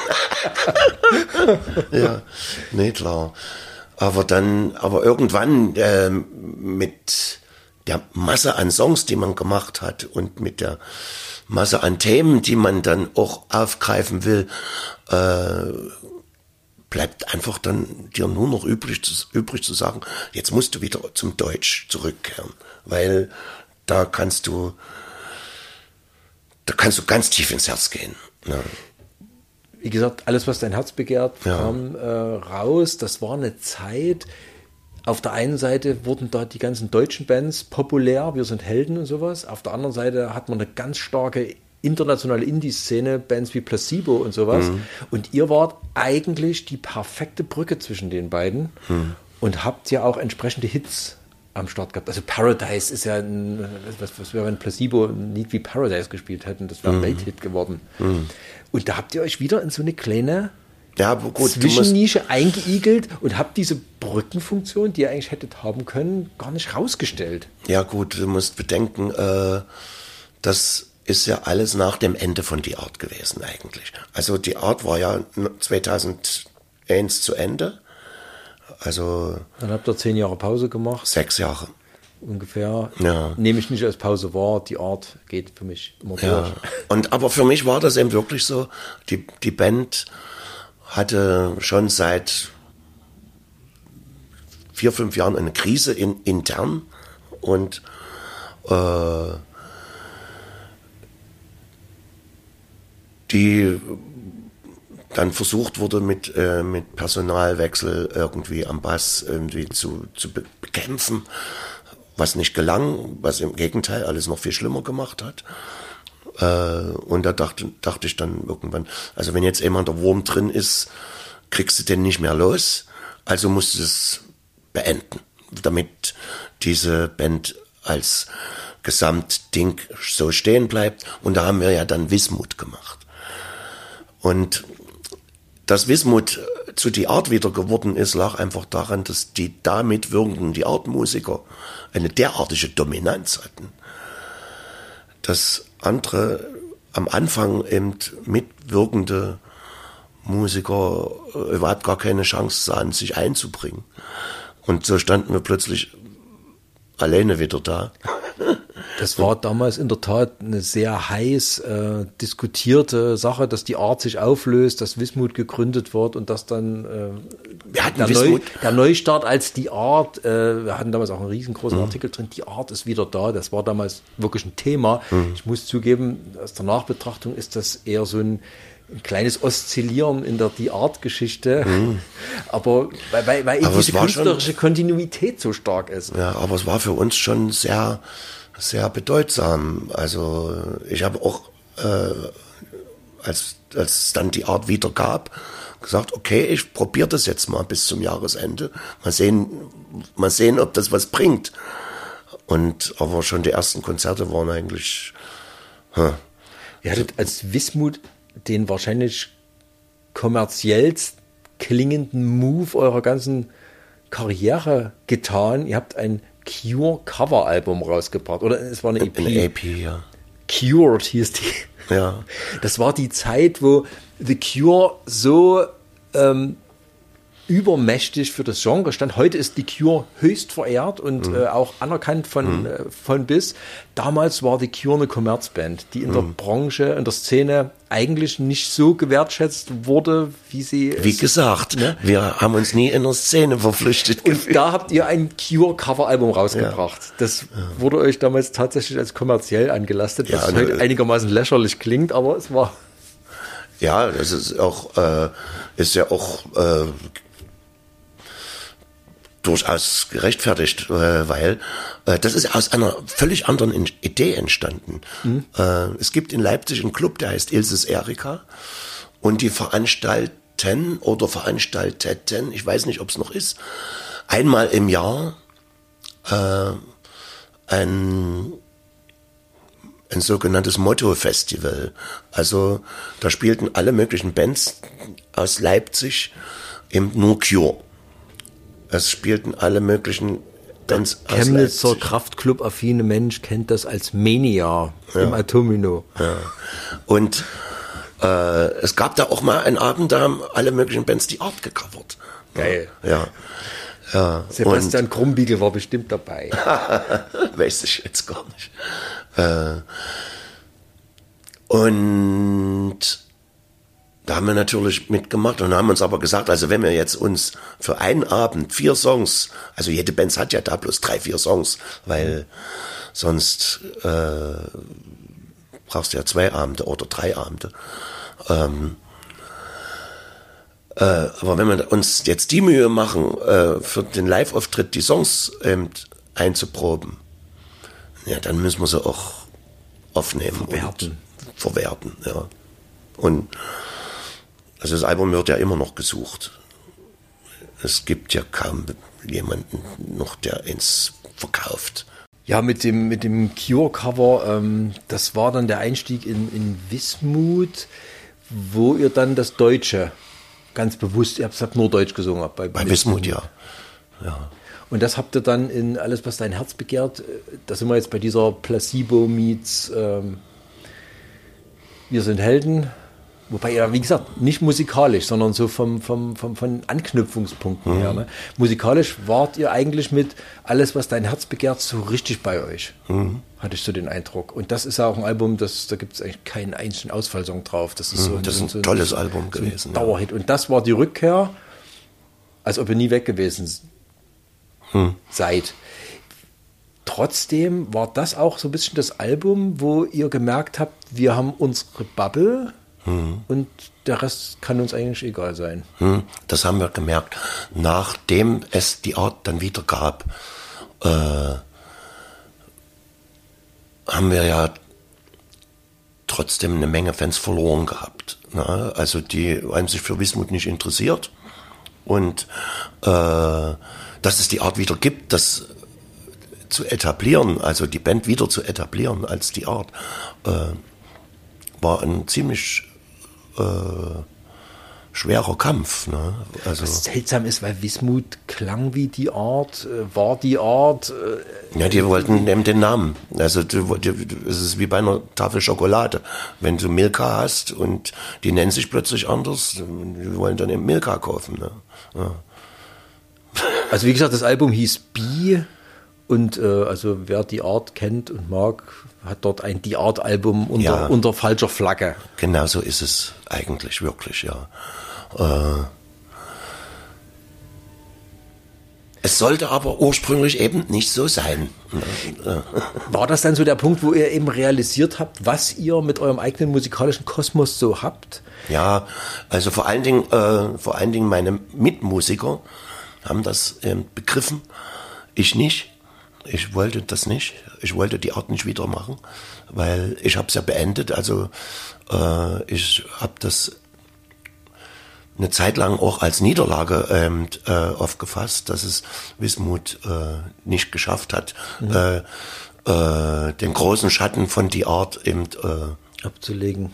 Ja, nee, klar. Aber irgendwann mit der Masse an Songs, die man gemacht hat und mit der Masse an Themen, die man dann auch aufgreifen will, bleibt einfach dann dir nur noch übrig zu sagen, jetzt musst du wieder zum Deutsch zurückkehren, weil da kannst du ganz tief ins Herz gehen. Ne? wie gesagt, alles, was dein Herz begehrt, kam raus. Das war eine Zeit. Auf der einen Seite wurden da die ganzen deutschen Bands populär, wir sind Helden und sowas. Auf der anderen Seite hat man eine ganz starke internationale Indie-Szene, Bands wie Placebo und sowas. Und ihr wart eigentlich die perfekte Brücke zwischen den beiden und habt ja auch entsprechende Hits am Start gehabt. Also Paradise ist ja was wäre, wenn Placebo ein Lied wie Paradise gespielt hätten, das wäre ein Welthit geworden. Und da habt ihr euch wieder in so eine kleine Zwischennische eingeigelt und habt diese Brückenfunktion, die ihr eigentlich hättet haben können, gar nicht rausgestellt. Ja gut, du musst bedenken, das ist ja alles nach dem Ende von Die Art gewesen eigentlich. Also Die Art war ja 2001 zu Ende. Also dann habt ihr 10 Jahre Pause gemacht. 6 Jahre. Ungefähr. Ja. Nehme ich nicht als Pause wahr. Die Art geht für mich immer durch. Aber für mich war das eben wirklich so, die Band hatte schon seit 4-5 Jahren eine Krise intern und die dann versucht wurde mit Personalwechsel irgendwie am Bass irgendwie zu bekämpfen, was nicht gelang, was im Gegenteil alles noch viel schlimmer gemacht hat. Und da dachte ich dann irgendwann, also wenn jetzt jemand der Wurm drin ist, kriegst du den nicht mehr los, also musst du es beenden, damit diese Band als Gesamtding so stehen bleibt. Und da haben wir ja dann Wismut gemacht. Und dass Wismut zu Die Art wieder geworden ist, lag einfach daran, dass die damit wirkenden Die Art-Musiker eine derartige Dominanz hatten, dass andere am Anfang eben mitwirkende Musiker überhaupt gar keine Chance sahen, sich einzubringen. Und so standen wir plötzlich alleine wieder da. Das war damals in der Tat eine sehr heiß diskutierte Sache, dass Die Art sich auflöst, dass Wismut gegründet wird und dass dann der Neustart als Die Art, wir hatten damals auch einen riesengroßen Artikel drin, Die Art ist wieder da, das war damals wirklich ein Thema. Ich muss zugeben, aus der Nachbetrachtung ist das eher so ein kleines Oszillieren in der Die Art-Geschichte, aber weil eben diese künstlerische Kontinuität so stark ist. Ja, aber es war für uns schon sehr, sehr bedeutsam. Also ich habe auch, als es dann Die Art wieder gab, gesagt, okay, ich probiere das jetzt mal bis zum Jahresende. Mal sehen, ob das was bringt. Aber schon die ersten Konzerte waren eigentlich... Ihr hattet als Wismut den wahrscheinlich kommerziellst klingenden Move eurer ganzen Karriere getan. Ihr habt ein Cure-Cover-Album rausgebracht. Oder es war eine EP. Eine EP, ja. Cured hieß die. Ja. Das war die Zeit, wo The Cure so übermächtig für das Genre stand. Heute ist die Cure höchst verehrt und auch anerkannt von bis. Damals war die Cure eine Kommerzband, die in der Branche, in der Szene eigentlich nicht so gewertschätzt wurde, wie sie... Wie gesagt, ne? Wir haben uns nie in der Szene verpflichtet gefühlt. Und da habt ihr ein Cure-Cover-Album rausgebracht. Ja. Das wurde euch damals tatsächlich als kommerziell angelastet, was heute einigermaßen lächerlich klingt, aber es war... Ja, das ist ja auch durchaus gerechtfertigt, weil das ist aus einer völlig anderen Idee entstanden. Es gibt in Leipzig einen Club, der heißt Ilses Erika, und die veranstalteten, ich weiß nicht, ob es noch ist, einmal im Jahr ein sogenanntes Motto-Festival. Also da spielten alle möglichen Bands aus Leipzig eben nur Cure. Es spielten alle möglichen Bands aus Leipzig. Chemnitzer Kraftclub-affine Mensch kennt das als Mania im Atomino. Ja. Und es gab da auch mal einen Abend, da haben alle möglichen Bands Die Art gecovert. Geil. Ja. Sebastian Krumbiegel war bestimmt dabei. Weiß ich jetzt gar nicht. Und da haben wir natürlich mitgemacht und haben uns aber gesagt, also wenn wir jetzt uns für einen Abend 4 Songs, also jede Band hat ja da bloß 3-4 Songs, weil sonst brauchst du ja 2 Abende oder 3 Abende. Aber wenn wir uns jetzt die Mühe machen, für den Live-Auftritt die Songs einzuproben, ja, dann müssen wir sie auch aufnehmen. Verwerten, ja. Und also das Album wird ja immer noch gesucht. Es gibt ja kaum jemanden noch, der eins verkauft. Ja, mit dem Cure-Cover, das war dann der Einstieg in Wismut, wo ihr dann das Deutsche ganz bewusst, ihr habt nur Deutsch gesungen. Bei Wismut, ja. Und das habt ihr dann in Alles, was dein Herz begehrt, da sind wir jetzt bei dieser Placebo meets Wir sind Helden, wobei ihr, wie gesagt, nicht musikalisch, sondern so von Anknüpfungspunkten her. Ne? Musikalisch wart ihr eigentlich mit Alles, was dein Herz begehrt, so richtig bei euch. Hatte ich so den Eindruck. Und das ist ja auch ein Album, da gibt es eigentlich keinen einzigen Ausfallsong drauf. Das ist ein tolles Album gewesen. Ein Dauerhit. Und das war die Rückkehr, als ob ihr nie weg gewesen seid. Trotzdem war das auch so ein bisschen das Album, wo ihr gemerkt habt, wir haben unsere Bubble und der Rest kann uns eigentlich egal sein. Das haben wir gemerkt. Nachdem es die Art dann wieder gab, haben wir ja trotzdem eine Menge Fans verloren gehabt. Ne? Also die haben sich für Wismut nicht interessiert. Und dass es die Art wieder gibt, das zu etablieren, also die Band wieder zu etablieren als die Art, war ein ziemlich schwerer Kampf. Ne? Also, was seltsam ist, weil Wismut klang wie die Art, war die Art. Ja, die wollten eben den Namen. Also es ist wie bei einer Tafel Schokolade. Wenn du Milka hast und die nennen sich plötzlich anders, die wollen dann eben Milka kaufen. Ne? Ja. Also wie gesagt, das Album hieß Bi und also wer die Art kennt und mag, hat dort ein Die Art-Album unter falscher Flagge. Genau so ist es eigentlich, wirklich, ja. Es sollte aber ursprünglich eben nicht so sein. War das dann so der Punkt, wo ihr eben realisiert habt, was ihr mit eurem eigenen musikalischen Kosmos so habt? Ja, also vor allen Dingen meine Mitmusiker haben das begriffen. Ich nicht. Ich wollte das nicht. Ich wollte die Art nicht wieder machen, weil ich habe es ja beendet. Also ich habe das eine Zeit lang auch als Niederlage aufgefasst, dass es Wismut nicht geschafft hat, den großen Schatten von die Art eben abzulegen.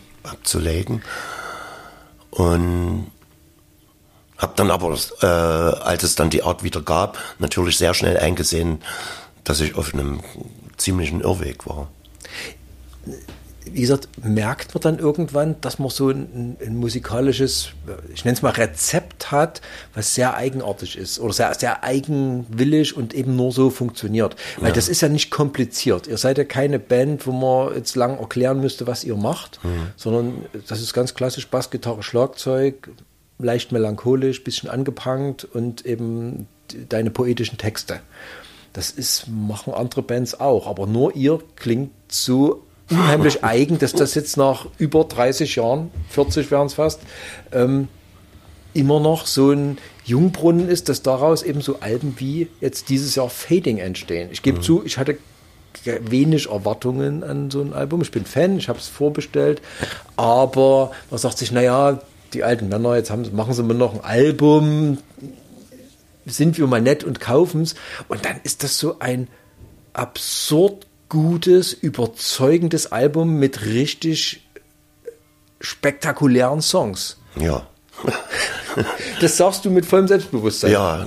Und habe dann aber, als es dann die Art wieder gab, natürlich sehr schnell eingesehen, dass ich auf einem ziemlichen Irrweg war. Wie gesagt, merkt man dann irgendwann, dass man so ein musikalisches, ich nenne es mal Rezept hat, was sehr eigenartig ist oder sehr, sehr eigenwillig und eben nur so funktioniert. Weil das ist ja nicht kompliziert. Ihr seid ja keine Band, wo man jetzt lang erklären müsste, was ihr macht, sondern das ist ganz klassisch Bass, Gitarre, Schlagzeug, leicht melancholisch, bisschen angepankt und eben deine poetischen Texte. Das machen andere Bands auch, aber nur ihr klingt so unheimlich eigen, dass das jetzt nach über 30 Jahren, 40 wären es fast, immer noch so ein Jungbrunnen ist, dass daraus eben so Alben wie jetzt dieses Jahr Fading entstehen. Ich gebe zu, ich hatte wenig Erwartungen an so ein Album. Ich bin Fan, ich habe es vorbestellt, aber man sagt sich, naja, die alten Männer, jetzt machen sie mir noch ein Album, sind wir mal nett und kaufen es. Und dann ist das so ein absurd gutes, überzeugendes Album mit richtig spektakulären Songs. Ja. Das sagst du mit vollem Selbstbewusstsein. Ja,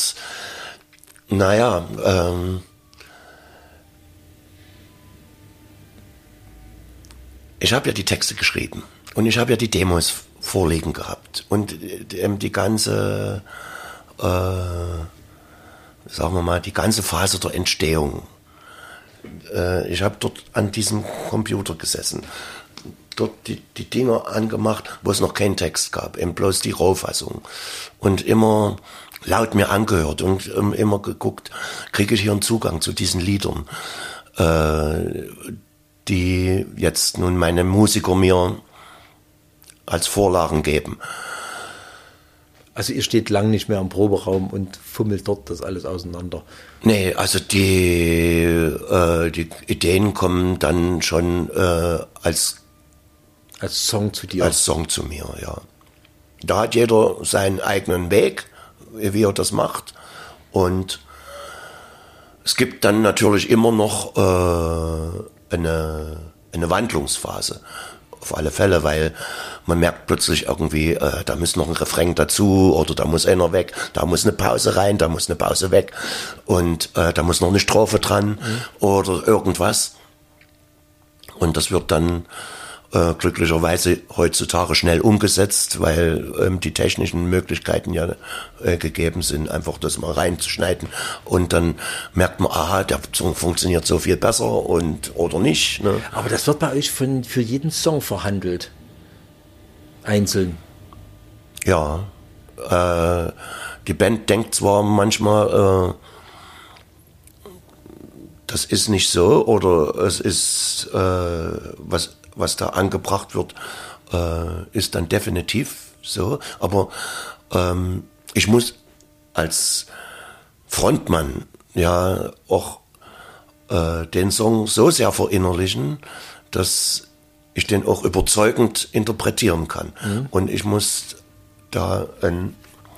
ich habe ja die Texte geschrieben und ich habe ja die Demos vorliegen gehabt und die ganze sagen wir mal, die ganze Phase der Entstehung. Ich habe dort an diesem Computer gesessen, dort die Dinger angemacht, wo es noch keinen Text gab, eben bloß die Rohfassung. Und immer laut mir angehört und immer geguckt, kriege ich hier einen Zugang zu diesen Liedern, die jetzt nun meine Musiker mir als Vorlagen geben. Also ihr steht lang nicht mehr im Proberaum und fummelt dort das alles auseinander. Nee, also die Ideen kommen dann schon als Song zu dir. Als Song zu mir, ja. Da hat jeder seinen eigenen Weg, wie er das macht. Und es gibt dann natürlich immer noch eine Wandlungsphase. Auf alle Fälle, weil man merkt plötzlich irgendwie, da muss noch ein Refrain dazu oder da muss einer weg, da muss eine Pause rein, da muss eine Pause weg und da muss noch eine Strophe dran oder irgendwas. Und das wird dann glücklicherweise heutzutage schnell umgesetzt, weil die technischen Möglichkeiten ja gegeben sind, einfach das mal reinzuschneiden und dann merkt man, aha, der Song funktioniert so viel besser oder nicht. Ne? Aber das wird bei euch für jeden Song verhandelt. Einzeln. Ja. Die Band denkt zwar manchmal, das ist nicht so oder es ist was da angebracht wird, ist dann definitiv so. Aber ich muss als Frontmann ja auch den Song so sehr verinnerlichen, dass ich den auch überzeugend interpretieren kann. Mhm. Und ich muss da einen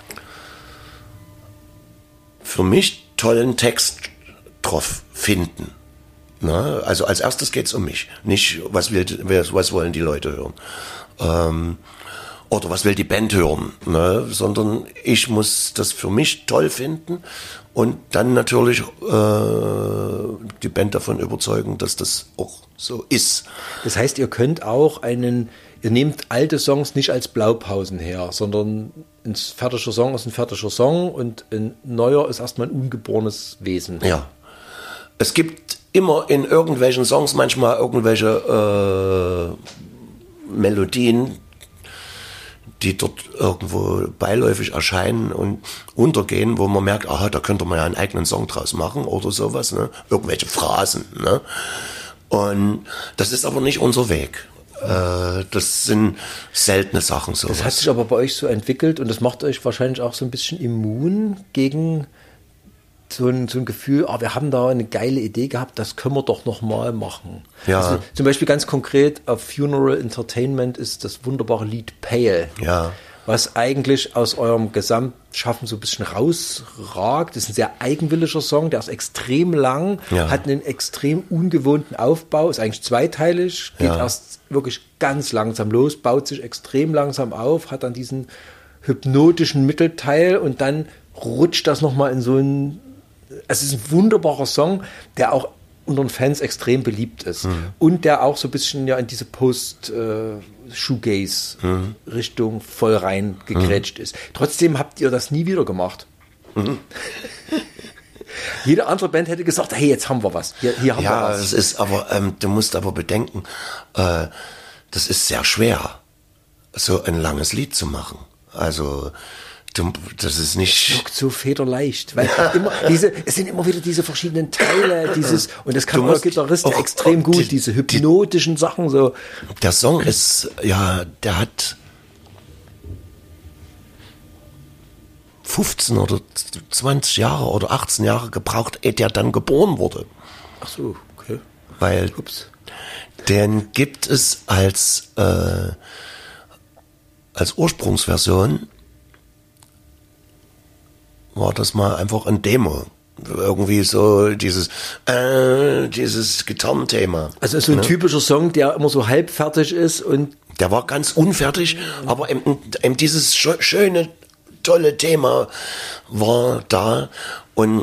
für mich tollen Text drauf finden. Na, also als erstes geht's um mich, nicht was wollen die Leute hören oder was will die Band hören, ne? Sondern ich muss das für mich toll finden und dann natürlich die Band davon überzeugen, dass das auch so ist. Das heißt, ihr könnt auch ihr nehmt alte Songs nicht als Blaupausen her, sondern ein fertiger Song ist ein fertiger Song und ein neuer ist erstmal ein ungeborenes Wesen. Ja. Es gibt immer in irgendwelchen Songs manchmal irgendwelche Melodien, die dort irgendwo beiläufig erscheinen und untergehen, wo man merkt, aha, da könnte man ja einen eigenen Song draus machen oder sowas, ne? Irgendwelche Phrasen, ne? Und das ist aber nicht unser Weg. Das sind seltene Sachen. Sowas. Das hat sich aber bei euch so entwickelt und das macht euch wahrscheinlich auch so ein bisschen immun gegen so ein Gefühl, wir haben da eine geile Idee gehabt, das können wir doch nochmal machen. Ja. Also, zum Beispiel ganz konkret auf Funeral Entertainment ist das wunderbare Lied Pale, ja, was eigentlich aus eurem Gesamtschaffen so ein bisschen rausragt. Das ist ein sehr eigenwilliger Song, der ist extrem lang, hat einen extrem ungewohnten Aufbau, ist eigentlich zweiteilig, geht erst wirklich ganz langsam los, baut sich extrem langsam auf, hat dann diesen hypnotischen Mittelteil und dann rutscht das nochmal in so ein. Es ist ein wunderbarer Song, der auch unter den Fans extrem beliebt ist. Und der auch so ein bisschen in diese Post-Shoegaze-Richtung voll reingegrätscht ist. Trotzdem habt ihr das nie wieder gemacht. Jede andere Band hätte gesagt, hey, jetzt haben wir was. Hier haben wir was. Ja, das ist aber, du musst aber bedenken, das ist sehr schwer, so ein langes Lied zu machen. Also, das ist nicht. Wirkt so federleicht, weil es sind immer wieder diese verschiedenen Teile, und das kann der Gitarrist extrem gut, diese hypnotischen Sachen so. Der Song ist, der hat 15 oder 20 Jahre oder 18 Jahre gebraucht, ehe der dann geboren wurde. Ach so, okay. Weil den gibt es als Ursprungsversion war das mal einfach ein Demo. Irgendwie so dieses Gitarrenthema. Also so ein typischer Song, der immer so halb fertig ist und. Der war ganz unfertig, aber eben dieses schöne, tolle Thema war da und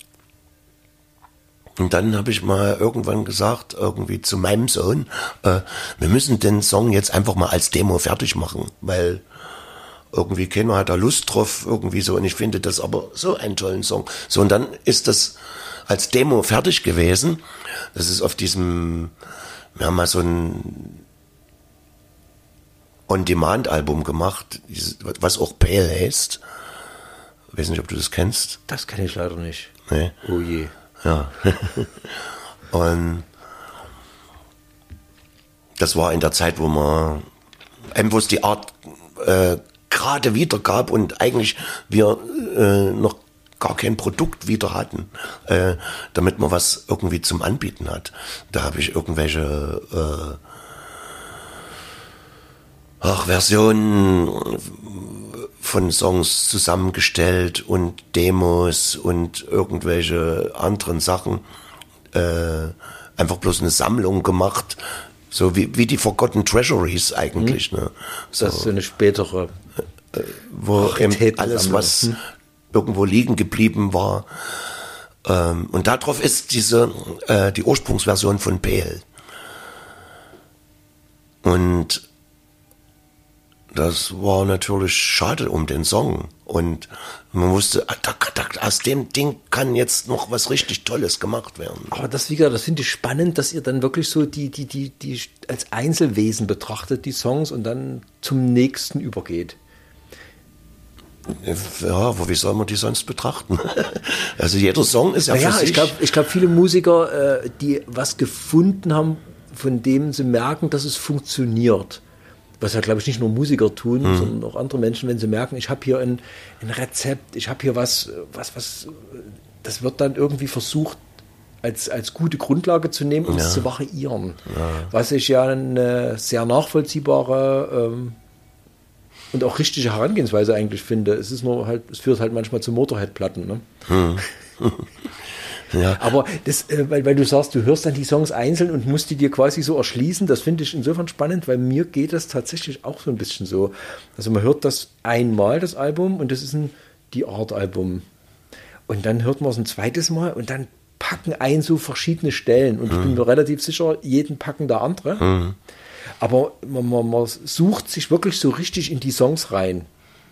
dann habe ich mal irgendwann gesagt, irgendwie zu meinem Sohn, wir müssen den Song jetzt einfach mal als Demo fertig machen, weil irgendwie keiner hat da Lust drauf, irgendwie so. Und ich finde das aber so einen tollen Song. So, und dann ist das als Demo fertig gewesen. Das ist auf diesem, wir haben mal so ein On-Demand-Album gemacht, was auch Pale heißt. Ich weiß nicht, ob du das kennst. Das kenne ich leider nicht. Nee. Oh je. Ja. Und das war in der Zeit, wo es die Art gerade wieder gab und eigentlich wir noch gar kein Produkt wieder hatten, damit man was irgendwie zum Anbieten hat. Da habe ich irgendwelche Versionen von Songs zusammengestellt und Demos und irgendwelche anderen Sachen. Einfach bloß eine Sammlung gemacht, so wie die Forgotten Treasuries eigentlich. Ne? So, das ist so eine spätere wo eben alles, was irgendwo liegen geblieben war. Und darauf ist die Ursprungsversion von Pale. Und das war natürlich schade um den Song. Und man wusste, aus dem Ding kann jetzt noch was richtig Tolles gemacht werden. Aber das finde ich spannend, dass ihr dann wirklich so die als Einzelwesen betrachtet, die Songs, und dann zum nächsten übergeht. Ja, aber wie soll man die sonst betrachten? Also jeder Song ist ja für sich. Ich glaube, viele Musiker, die was gefunden haben, von dem sie merken, dass es funktioniert. Was ja, glaube ich, nicht nur Musiker tun, sondern auch andere Menschen, wenn sie merken, ich habe hier ein Rezept, ich habe hier was, das wird dann irgendwie versucht, als gute Grundlage zu nehmen und es zu variieren. Ja. Was ich ja eine sehr nachvollziehbare und auch richtige Herangehensweise eigentlich finde. Es führt halt manchmal zu Motorhead-Platten. Ne? Ja. Aber das, weil du sagst, du hörst dann die Songs einzeln und musst die dir quasi so erschließen, das finde ich insofern spannend, weil mir geht das tatsächlich auch so ein bisschen so. Also man hört das einmal, das Album, und das ist die Art-Album. Und dann hört man es ein zweites Mal und dann packen ein so verschiedene Stellen. Und ich bin mir relativ sicher, jeden packen da andere. Aber man sucht sich wirklich so richtig in die Songs rein.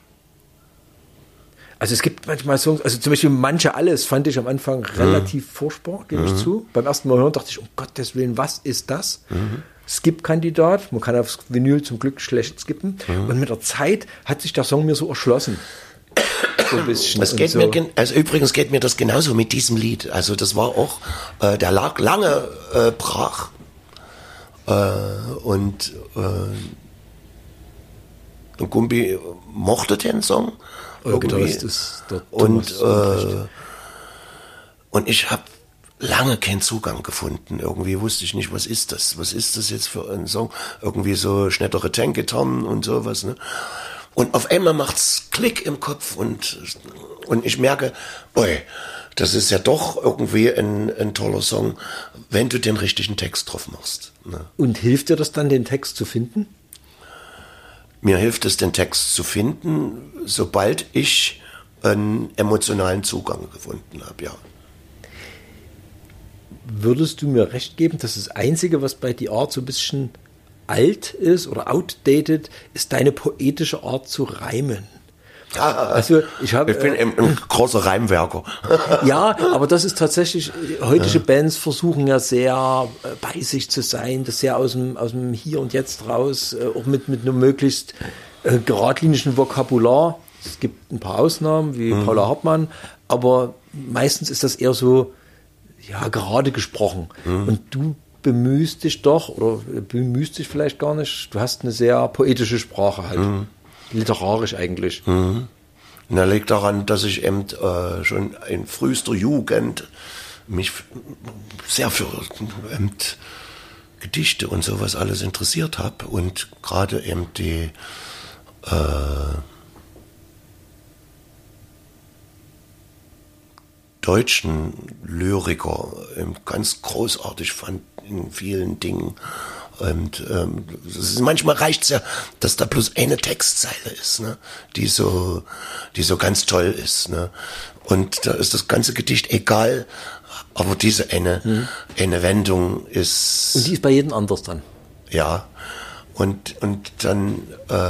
Also es gibt manchmal Songs, also zum Beispiel Manche Alles fand ich am Anfang relativ furchtbar, gebe ich zu. Beim ersten Mal hören dachte ich, um Gottes Willen, was ist das? Skip-Kandidat, man kann aufs Vinyl zum Glück schlecht skippen. Und mit der Zeit hat sich der Song mir so erschlossen. So ein bisschen. Übrigens geht mir das genauso mit diesem Lied. Also das war auch, der lag lange brach. Und Gumbi mochte den Song. Gitarrist ist der und ich habe lange keinen Zugang gefunden. Irgendwie wusste ich nicht, was ist das? Was ist das jetzt für ein Song? Irgendwie so schnettere Tankgitarren und sowas. Ne? Und auf einmal macht's Klick im Kopf und ich merke, das ist ja doch irgendwie ein toller Song, wenn du den richtigen Text drauf machst. Ne? Und hilft dir das dann, den Text zu finden? Mir hilft es, den Text zu finden, sobald ich einen emotionalen Zugang gefunden habe, ja. Würdest du mir recht geben, dass das Einzige, was bei The Art so ein bisschen alt ist oder outdated, ist deine poetische Art zu reimen? Also ich bin ein großer Reimwerker. Ja, aber das ist tatsächlich, heutige Bands versuchen ja sehr bei sich zu sein, das sehr aus dem Hier und Jetzt raus, auch mit einem möglichst geradlinigen Vokabular. Es gibt ein paar Ausnahmen, wie Paula Hartmann, aber meistens ist das eher so, ja, gerade gesprochen. Und du bemühst dich doch, oder bemühst dich vielleicht gar nicht, du hast eine sehr poetische Sprache halt. Literarisch eigentlich. Na, liegt daran, dass ich eben schon in frühester Jugend mich sehr für Gedichte und sowas alles interessiert habe und gerade eben die deutschen Lyriker ganz großartig fand in vielen Dingen. Und manchmal reicht es ja, dass da bloß eine Textzeile ist, ne, die so ganz toll ist. Ne? Und da ist das ganze Gedicht egal, aber diese eine Wendung ist... Und die ist bei jedem anders dann. Ja, und dann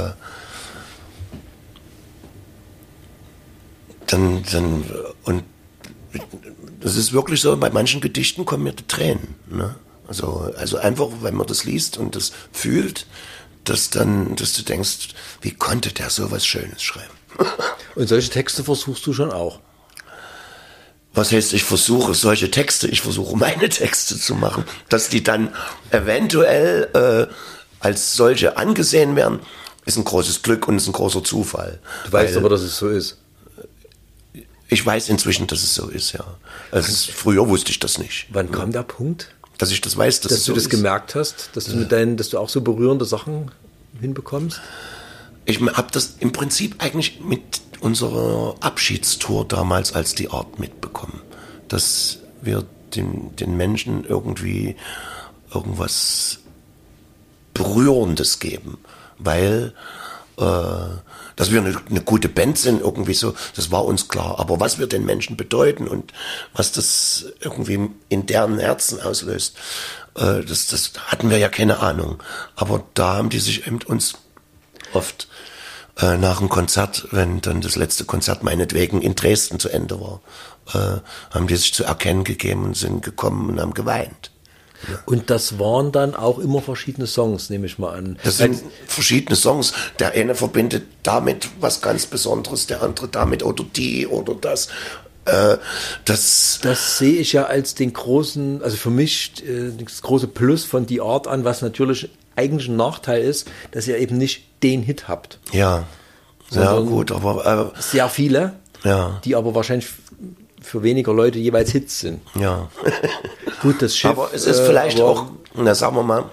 und das ist wirklich so, bei manchen Gedichten kommen mir die Tränen, ne? Also einfach, wenn man das liest und das fühlt, dass du denkst, wie konnte der so was Schönes schreiben? Und solche Texte versuchst du schon auch? Was heißt, ich versuche solche Texte? Ich versuche meine Texte zu machen, dass die dann eventuell als solche angesehen werden, ist ein großes Glück und ist ein großer Zufall. Du weißt aber, dass es so ist. Ich weiß inzwischen, dass es so ist, ja. Früher wusste ich das nicht. Wann kam der Punkt, Dass ich das weiß, dass es so du das ist. gemerkt hast, dass du dass du auch so berührende Sachen hinbekommst? Ich habe das im Prinzip eigentlich mit unserer Abschiedstour damals als die Art mitbekommen. Dass wir den Menschen irgendwie irgendwas Berührendes geben. Weil dass wir eine gute Band sind, irgendwie so, das war uns klar. Aber was wir den Menschen bedeuten und was das irgendwie in deren Herzen auslöst, das hatten wir ja keine Ahnung. Aber da haben die sich eben uns oft nach dem Konzert, wenn dann das letzte Konzert meinetwegen in Dresden zu Ende war, haben die sich zu erkennen gegeben und sind gekommen und haben geweint. Und das waren dann auch immer verschiedene Songs, nehme ich mal an. Das sind verschiedene Songs. Der eine verbindet damit was ganz Besonderes, der andere damit oder die oder das. Das sehe ich ja als den großen, also für mich das große Plus von die Art an, was natürlich eigentlich ein Nachteil ist, dass ihr eben nicht den Hit habt. Ja, ja gut, aber sehr viele, ja, die aber wahrscheinlich für weniger Leute jeweils Hits sind. Ja. Gut, das Schiff. Aber es ist vielleicht auch, na sagen wir mal,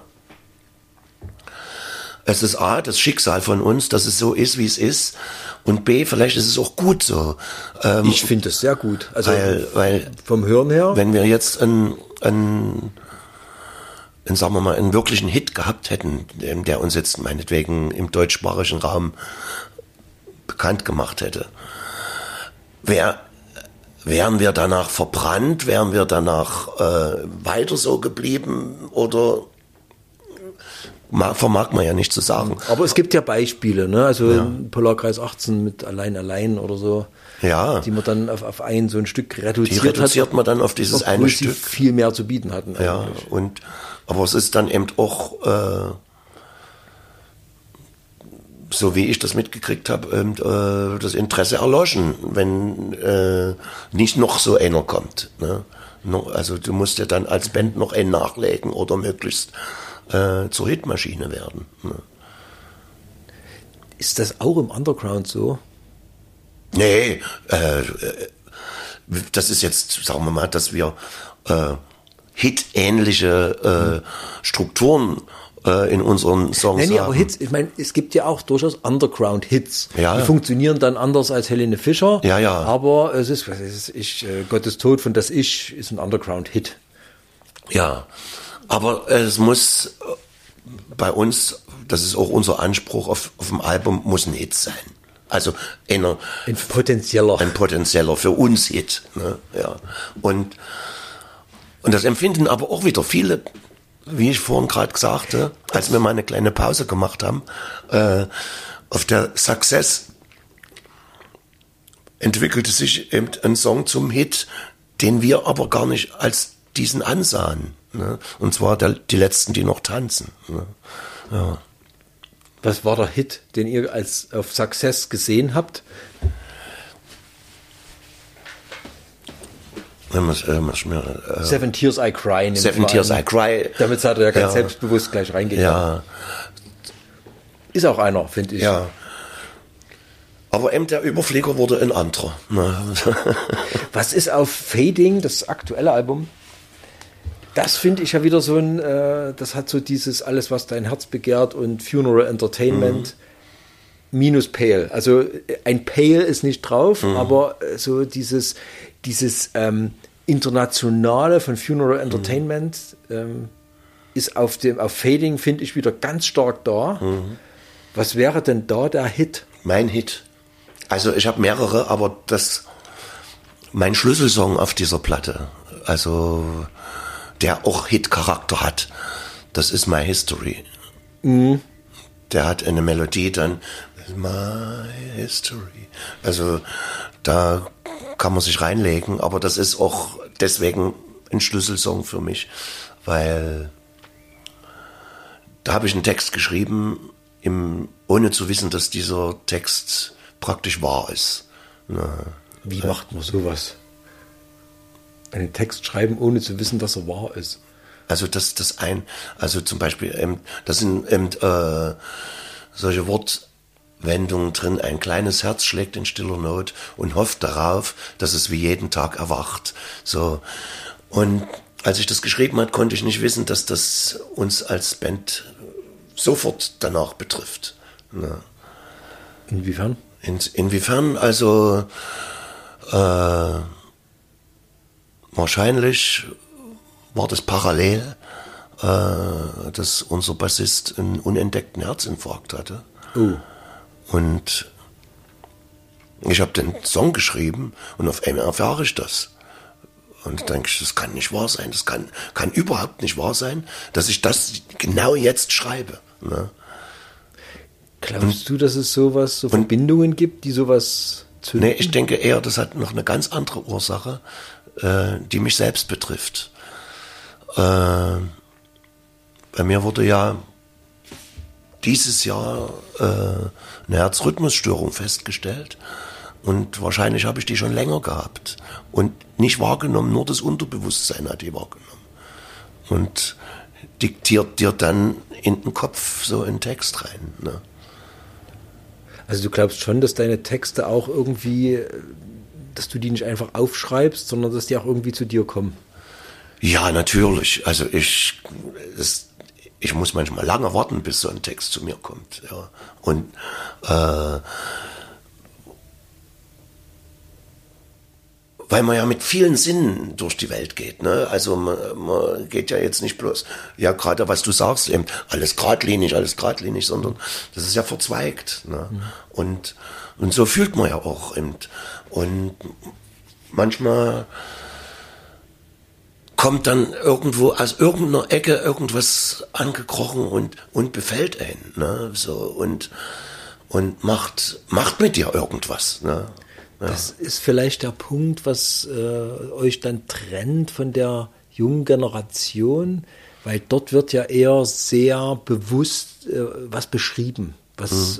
es ist A, das Schicksal von uns, dass es so ist, wie es ist. Und B, vielleicht ist es auch gut so. Ich finde es sehr gut. Also weil vom Hören her. Wenn wir jetzt sagen wir mal, einen wirklichen Hit gehabt hätten, der uns jetzt meinetwegen im deutschsprachigen Raum bekannt gemacht hätte, wären wir danach verbrannt, wären wir danach weiter so geblieben oder vermag man ja nicht zu sagen. Aber es gibt ja Beispiele, ne? Also Polarkreis 18 mit Allein oder so, ja, die man dann auf ein so ein Stück reduziert hat. Die reduziert man dann auf dieses eine Stück. Die viel mehr zu bieten hatten. Ja, aber es ist dann eben auch so wie ich das mitgekriegt habe, das Interesse erloschen, wenn nicht noch so einer kommt. Ne? Also du musst ja dann als Band noch einen nachlegen oder möglichst zur Hitmaschine werden. Ne? Ist das auch im Underground so? Nee, das ist jetzt, sagen wir mal, dass wir hitähnliche Strukturen in unseren Songs haben. Nee, aber Hits, ich meine, es gibt ja auch durchaus Underground-Hits. Ja. Die funktionieren dann anders als Helene Fischer. Ja, ja. Aber es ist, Gottes Tod von Das Ich ist ein Underground-Hit. Ja, aber es muss bei uns, das ist auch unser Anspruch auf dem Album, muss ein Hit sein. Also ein potenzieller für uns Hit. Ne? Ja. Und das empfinden aber auch wieder viele, wie ich vorhin gerade sagte, als wir mal eine kleine Pause gemacht haben, auf der Success entwickelte sich eben ein Song zum Hit, den wir aber gar nicht als diesen ansahen. Ne? Und zwar die Letzten, die noch tanzen. Ne? Ja. Was war der Hit, den ihr auf Success gesehen habt? Seven Tears I Cry. Seven Tears I Cry. Damit hat er ja ganz selbstbewusst gleich reingegangen. Ja. Ist auch einer, finde ich. Ja. Aber eben der Überflieger wurde ein anderer. Was ist auf Fading, das aktuelle Album? Das finde ich ja wieder so das hat so dieses alles, was dein Herz begehrt und Funeral Entertainment minus Pale. Also ein Pale ist nicht drauf, aber so dieses Internationale von Funeral Entertainment ist auf Fading, finde ich, wieder ganz stark da. Was wäre denn da der Hit? Mein Hit. Also ich habe mehrere, aber mein Schlüsselsong auf dieser Platte, also der auch Hit-Charakter hat, das ist My History. Der hat eine Melodie dann, My History. Also da kann man sich reinlegen, aber das ist auch deswegen ein Schlüsselsong für mich, weil da habe ich einen Text geschrieben, ohne zu wissen, dass dieser Text praktisch wahr ist. Wie macht man sowas? Einen Text schreiben, ohne zu wissen, dass er wahr ist. Also also zum Beispiel, das sind solche Wortwendungen drin. Ein kleines Herz schlägt in stiller Not und hofft darauf, dass es wie jeden Tag erwacht. So. Und als ich das geschrieben habe, konnte ich nicht wissen, dass das uns als Band sofort danach betrifft. Ne? Inwiefern? Inwiefern? Also wahrscheinlich war das parallel, dass unser Bassist einen unentdeckten Herzinfarkt hatte. Oh. Und ich habe den Song geschrieben und auf einmal erfahre ich das. Und denke ich, das kann nicht wahr sein, das kann überhaupt nicht wahr sein, dass ich das genau jetzt schreibe. Ne? Glaubst du, dass es so Verbindungen gibt, die sowas zünden? Nee, ich denke eher, das hat noch eine ganz andere Ursache, die mich selbst betrifft. Bei mir wurde ja dieses Jahr eine Herzrhythmusstörung festgestellt. Und wahrscheinlich habe ich die schon länger gehabt. Und nicht wahrgenommen, nur das Unterbewusstsein hat die wahrgenommen. Und diktiert dir dann in den Kopf so einen Text rein. Ne? Also du glaubst schon, dass deine Texte auch irgendwie, dass du die nicht einfach aufschreibst, sondern dass die auch irgendwie zu dir kommen? Ja, natürlich. Also ich muss manchmal lange warten, bis so ein Text zu mir kommt. Ja. Und weil man ja mit vielen Sinnen durch die Welt geht. Ne? Also man geht ja jetzt nicht bloß, ja gerade was du sagst, eben alles geradlinig, sondern das ist ja verzweigt. Ne? Mhm. Und so fühlt man ja auch eben. Und manchmal kommt dann irgendwo aus irgendeiner Ecke irgendwas angekrochen und befällt einen. Ne? So, und macht mit dir irgendwas. Ne? Ja. Das ist vielleicht der Punkt, was euch dann trennt von der jungen Generation, weil dort wird ja eher sehr bewusst was beschrieben, was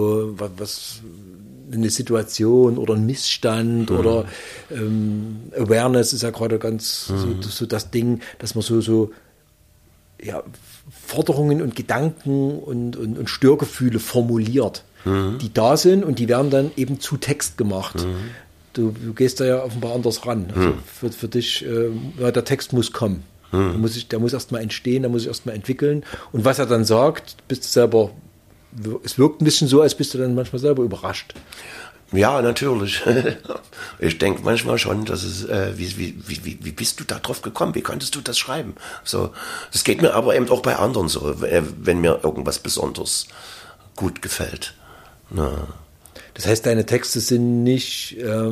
eine Situation oder ein Missstand oder Awareness ist ja gerade ganz so das Ding, dass man so Forderungen und Gedanken und Störgefühle formuliert, die da sind und die werden dann eben zu Text gemacht. Du gehst da ja offenbar anders ran. Also für dich, der Text muss kommen. Der muss erstmal entstehen, der muss sich erstmal entwickeln. Und was er dann sagt, bist du selber, es wirkt ein bisschen so, als bist du dann manchmal selber überrascht. Ja, natürlich. Ich denke manchmal schon, dass es, wie bist du da drauf gekommen? Wie konntest du das schreiben? So, das geht mir aber eben auch bei anderen so, wenn mir irgendwas besonders gut gefällt. Ja. Das heißt, deine Texte sind nicht,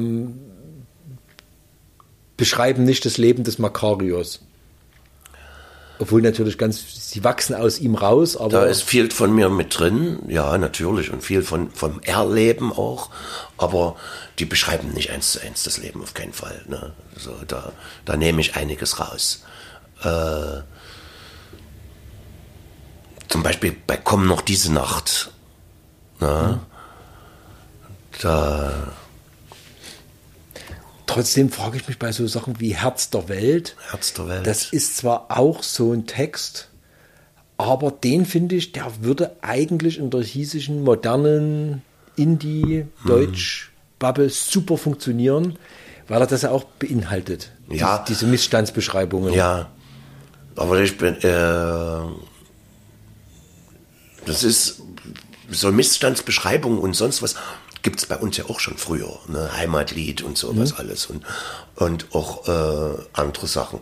beschreiben nicht das Leben des Makarios. Obwohl natürlich sie wachsen aus ihm raus, aber. Da ist viel von mir mit drin, ja, natürlich, und viel vom Erleben auch, aber die beschreiben nicht 1:1 das Leben, auf keinen Fall. Ne? Also da nehme ich einiges raus. Zum Beispiel bei Komm noch diese Nacht. Ne? Trotzdem frage ich mich bei so Sachen wie Herz der Welt. Das ist zwar auch so ein Text, aber den finde ich, der würde eigentlich in der hiesischen, modernen Indie-Deutsch-Bubble super funktionieren, weil er das ja auch beinhaltet. Ja. Diese Missstandsbeschreibungen. Ja, aber ich bin, das ist so Missstandsbeschreibungen und sonst was. Gibt es bei uns ja auch schon früher, ne? Heimatlied und sowas alles und auch andere Sachen.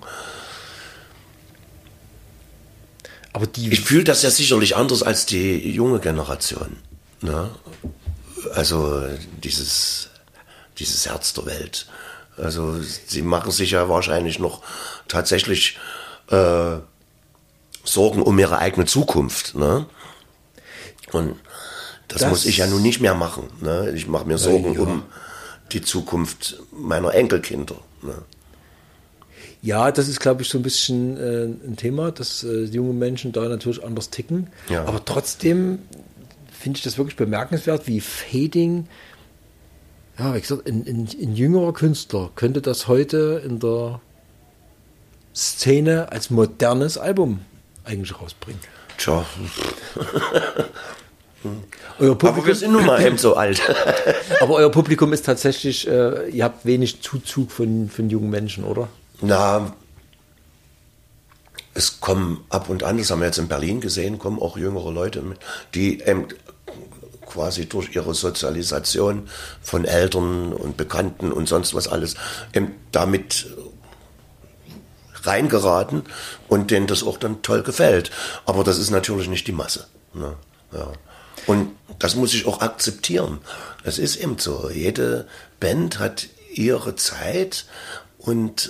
Aber ich fühle das ja sicherlich anders als die junge Generation. Ne? Also dieses Herz der Welt. Also sie machen sich ja wahrscheinlich noch tatsächlich Sorgen um ihre eigene Zukunft. Ne? Und das muss ich ja nun nicht mehr machen. Ne? Ich mache mir Sorgen um die Zukunft meiner Enkelkinder. Ne? Ja, das ist, glaube ich, so ein bisschen ein Thema, dass junge Menschen da natürlich anders ticken. Ja. Aber trotzdem finde ich das wirklich bemerkenswert, wie Fading, ja, wie gesagt, ein jüngerer Künstler könnte das heute in der Szene als modernes Album eigentlich rausbringen. Tja. Aber wir sind nun mal eben so alt. Aber euer Publikum ist tatsächlich, ihr habt wenig Zuzug von jungen Menschen, oder? Na, es kommen ab und an, das haben wir jetzt in Berlin gesehen, kommen auch jüngere Leute mit, die quasi durch ihre Sozialisation von Eltern und Bekannten und sonst was alles damit reingeraten und denen das auch dann toll gefällt. Aber das ist natürlich nicht die Masse. Ne? Ja. Und das muss ich auch akzeptieren. Es ist eben so. Jede Band hat ihre Zeit und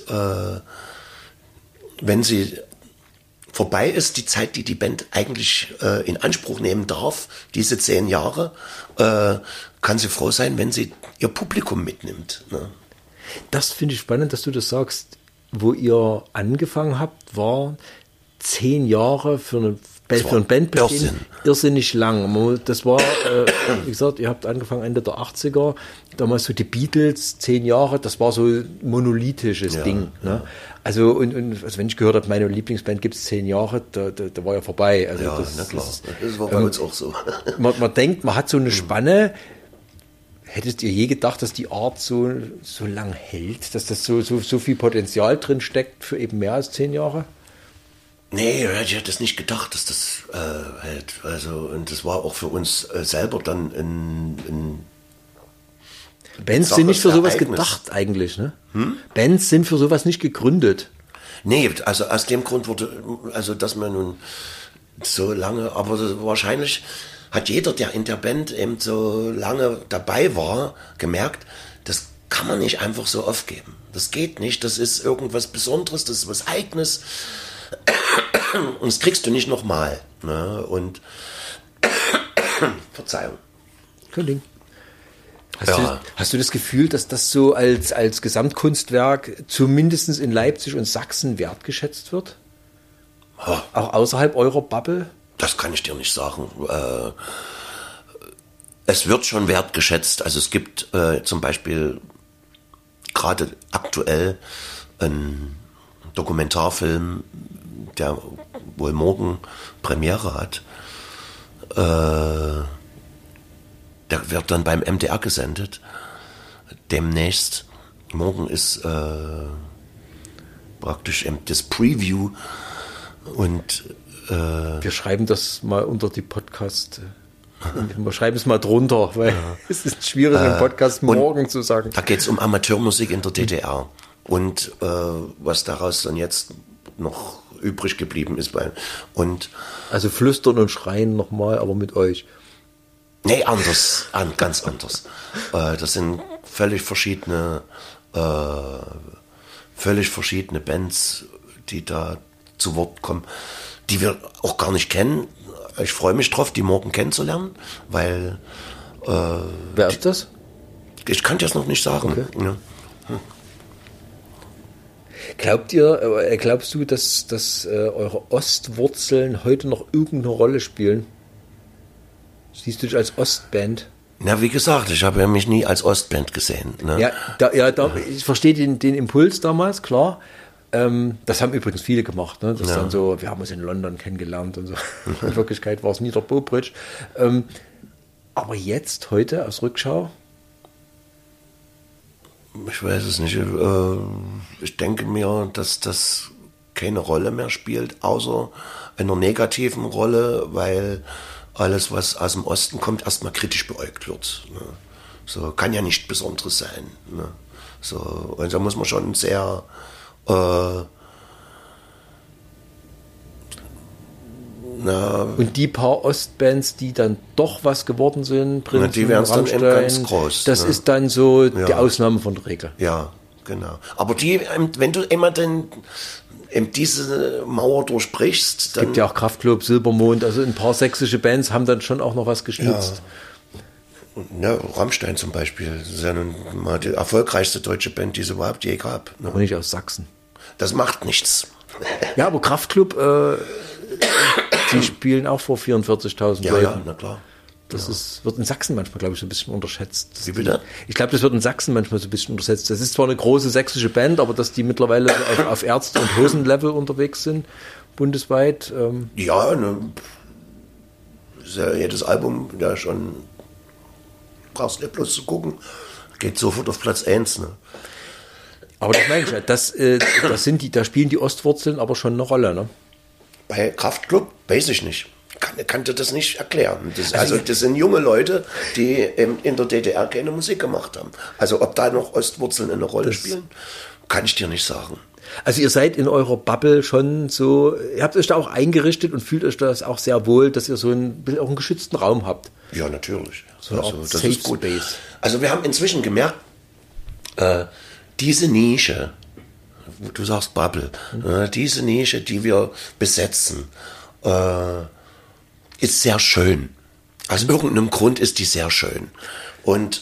wenn sie vorbei ist, die Zeit, die Band eigentlich in Anspruch nehmen darf, diese 10 Jahre, kann sie froh sein, wenn sie ihr Publikum mitnimmt. Ne? Das finde ich spannend, dass du das sagst. Wo ihr angefangen habt, war 10 Jahre für ein Bandbestehen irrsinnig lang. Das war, wie gesagt, ihr habt angefangen Ende der 80er, damals so die Beatles, 10 Jahre, das war so ein monolithisches Ding. Ne? Also, und also wenn ich gehört habe, meine Lieblingsband gibt es 10 Jahre, da war ja vorbei. Also ja, das, na klar. Das war bei uns auch so. Man denkt, man hat so eine Spanne. Hättet ihr je gedacht, dass die Art so lang hält, dass das so viel Potenzial drin steckt für eben mehr als 10 Jahre? Nee, ich hätte es nicht gedacht, dass das hält. Also, und das war auch für uns selber dann ein Bands sind nicht für sowas gedacht eigentlich, ne? Bands sind für sowas nicht gegründet. Nee, also aus dem Grund dass man nun so lange, aber wahrscheinlich hat jeder, der in der Band eben so lange dabei war, gemerkt, das kann man nicht einfach so aufgeben. Das geht nicht, das ist irgendwas Besonderes, das ist was Eigenes und das kriegst du nicht nochmal. Ne? Und Verzeihung. Kein Ding. Hast du das Gefühl, dass das so als Gesamtkunstwerk zumindest in Leipzig und Sachsen wertgeschätzt wird? Auch außerhalb eurer Bubble? Das kann ich dir nicht sagen. Es wird schon wertgeschätzt. Also es gibt zum Beispiel gerade aktuell einen Dokumentarfilm, der wohl morgen Premiere hat. Der wird dann beim MDR gesendet. Demnächst. Morgen ist praktisch das Preview und wir schreiben das mal unter die Podcast. Wir schreiben es mal drunter, weil es ist schwierig, einen Podcast morgen zu sagen. Da geht es um Amateurmusik in der DDR und was daraus dann jetzt noch übrig geblieben ist. Also flüstern und schreien nochmal, aber mit euch. Nee, anders, ganz anders. Das sind völlig verschiedene Bands, die da zu Wort kommen, die wir auch gar nicht kennen. Ich freue mich drauf, die morgen kennenzulernen, weil... Wer ist das? Ich kann dir das noch nicht sagen. Okay. Ja. Glaubst du, dass eure Ostwurzeln heute noch irgendeine Rolle spielen? Siehst du dich als Ostband? Na, wie gesagt, ich habe ja mich nie als Ostband gesehen. Ne? Ich verstehe den Impuls damals, klar. Das haben übrigens viele gemacht. Ne? Das dann so, wir haben uns in London kennengelernt und so. In Wirklichkeit war es Niederbobridge. Aber jetzt, heute, aus Rückschau? Ich weiß es nicht. Ich denke mir, dass das keine Rolle mehr spielt, außer einer negativen Rolle, weil alles, was aus dem Osten kommt, erstmal kritisch beäugt wird. Ne? So kann ja nicht Besonderes sein. Ne? So, und da muss man schon sehr und die paar Ostbands, die dann doch was geworden sind, Prinzen, die werden dann eben ganz groß. Das ist dann so die Ausnahme von der Regel. Ja, genau. Aber wenn du immer diese Mauer durchbrichst, dann... Es gibt ja auch Kraftklub, Silbermond, also ein paar sächsische Bands haben dann schon auch noch was geschnitzt. Ja, Rammstein zum Beispiel, das ist ja nun mal die erfolgreichste deutsche Band, die es überhaupt je gab. Ne? Aber nicht aus Sachsen. Das macht nichts. Ja, aber Kraftklub, die spielen auch vor 44.000 Leuten. Ja, na klar. Das wird in Sachsen manchmal, glaube ich, so ein bisschen unterschätzt. Wie bitte? Ich glaube, das wird in Sachsen manchmal so ein bisschen unterschätzt. Das ist zwar eine große sächsische Band, aber dass die mittlerweile so auf Ärzte- und Hosenlevel unterwegs sind, bundesweit. Ja, ist ja jedes Album ja schon, brauchst nicht bloß zu gucken, geht sofort auf Platz 1. Ne? Aber das meine ich ja, da spielen die Ostwurzeln aber schon eine Rolle, ne? Bei Kraftklub weiß ich nicht. Kann dir das nicht erklären. Das sind junge Leute, die in der DDR keine Musik gemacht haben. Also ob da noch Ostwurzeln eine Rolle spielen, kann ich dir nicht sagen. Also ihr seid in eurer Bubble schon so, ihr habt euch da auch eingerichtet und fühlt euch das auch sehr wohl, dass ihr so auch einen geschützten Raum habt. Ja, natürlich. So eine Art das Safe ist gut. Space. Also wir haben inzwischen gemerkt, diese Nische, du sagst Bubble, diese Nische, die wir besetzen, ist sehr schön. Aus irgendeinem Grund ist die sehr schön. Und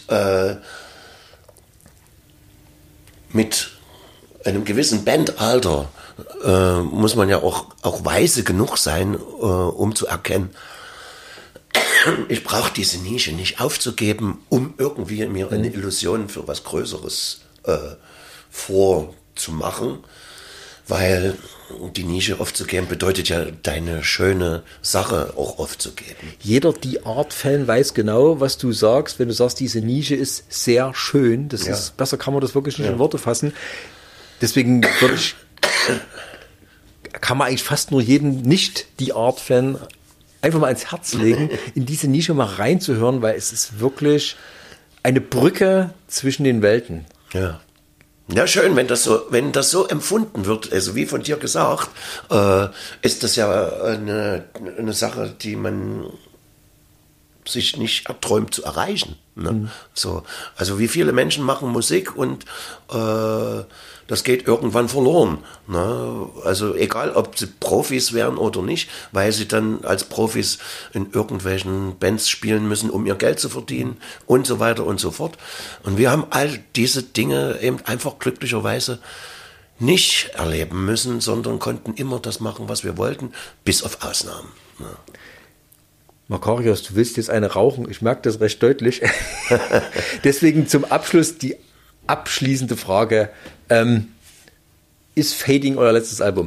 mit einem gewissen Bandalter muss man ja auch weise genug sein, um zu erkennen, ich brauche diese Nische nicht aufzugeben, um irgendwie mir eine Illusion für was Größeres vorzumachen, weil die Nische aufzugeben bedeutet ja, deine schöne Sache auch aufzugeben. Jeder Die-Art-Fan weiß genau, was du sagst, wenn du sagst, diese Nische ist sehr schön. Das ist, besser kann man das wirklich nicht in Worte fassen. Deswegen kann man eigentlich fast nur jeden Nicht-Die-Art-Fan einfach mal ins Herz legen, in diese Nische mal reinzuhören, weil es ist wirklich eine Brücke zwischen den Welten. Ja. Ja, schön, wenn das so empfunden wird, also wie von dir gesagt, ist das ja eine Sache, die man sich nicht erträumt zu erreichen. Ne? So, also wie viele Menschen machen Musik und das geht irgendwann verloren. Ne? Also egal, ob sie Profis wären oder nicht, weil sie dann als Profis in irgendwelchen Bands spielen müssen, um ihr Geld zu verdienen und so weiter und so fort. Und wir haben all diese Dinge eben einfach glücklicherweise nicht erleben müssen, sondern konnten immer das machen, was wir wollten, bis auf Ausnahmen. Ne? Makarios, du willst jetzt eine rauchen. Ich merke das recht deutlich. Deswegen zum Abschluss die abschließende Frage. Ist Fading euer letztes Album?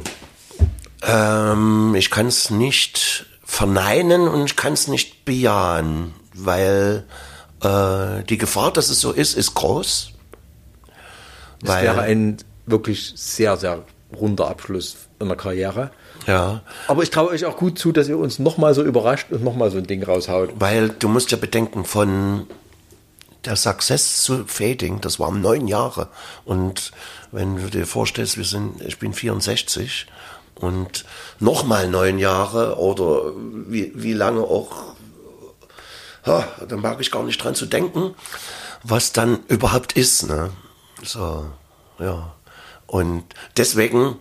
Ich kann es nicht verneinen und ich kann es nicht bejahen, weil die Gefahr, dass es so ist groß. Das wäre ein wirklich sehr, sehr runder Abschluss in der Karriere. Ja. Aber ich traue euch auch gut zu, dass ihr uns nochmal so überrascht und nochmal so ein Ding raushaut. Weil du musst ja bedenken, von der Success zu Fading, das waren 9 Jahre. Und wenn du dir vorstellst, ich bin 64 und nochmal 9 Jahre oder wie lange auch, da mag ich gar nicht dran zu denken, was dann überhaupt ist. Ne? So, ja. Und deswegen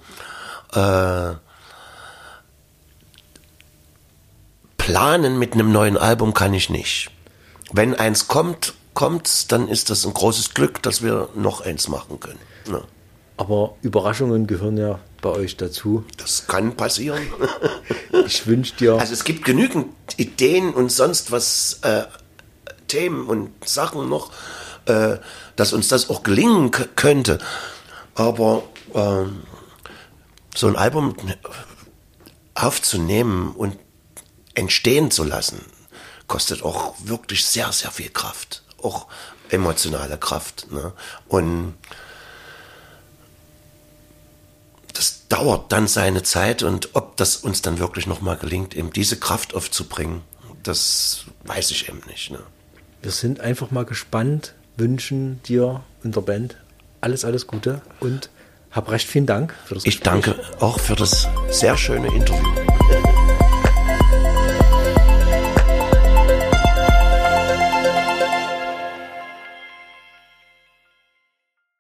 planen mit einem neuen Album kann ich nicht. Wenn eins kommt's, dann ist das ein großes Glück, dass wir noch eins machen können. Ja. Aber Überraschungen gehören ja bei euch dazu. Das kann passieren. Ich wünsche dir... Also es gibt genügend Ideen und sonst was, Themen und Sachen noch, dass uns das auch gelingen könnte. Aber so ein Album aufzunehmen und entstehen zu lassen, kostet auch wirklich sehr, sehr viel Kraft. Auch emotionale Kraft. Ne? Und das dauert dann seine Zeit und ob das uns dann wirklich nochmal gelingt, eben diese Kraft aufzubringen, das weiß ich eben nicht. Ne? Wir sind einfach mal gespannt, wünschen dir und der Band alles Gute und hab recht vielen Dank für das Gespräch. Ich danke auch für das sehr schöne Interview.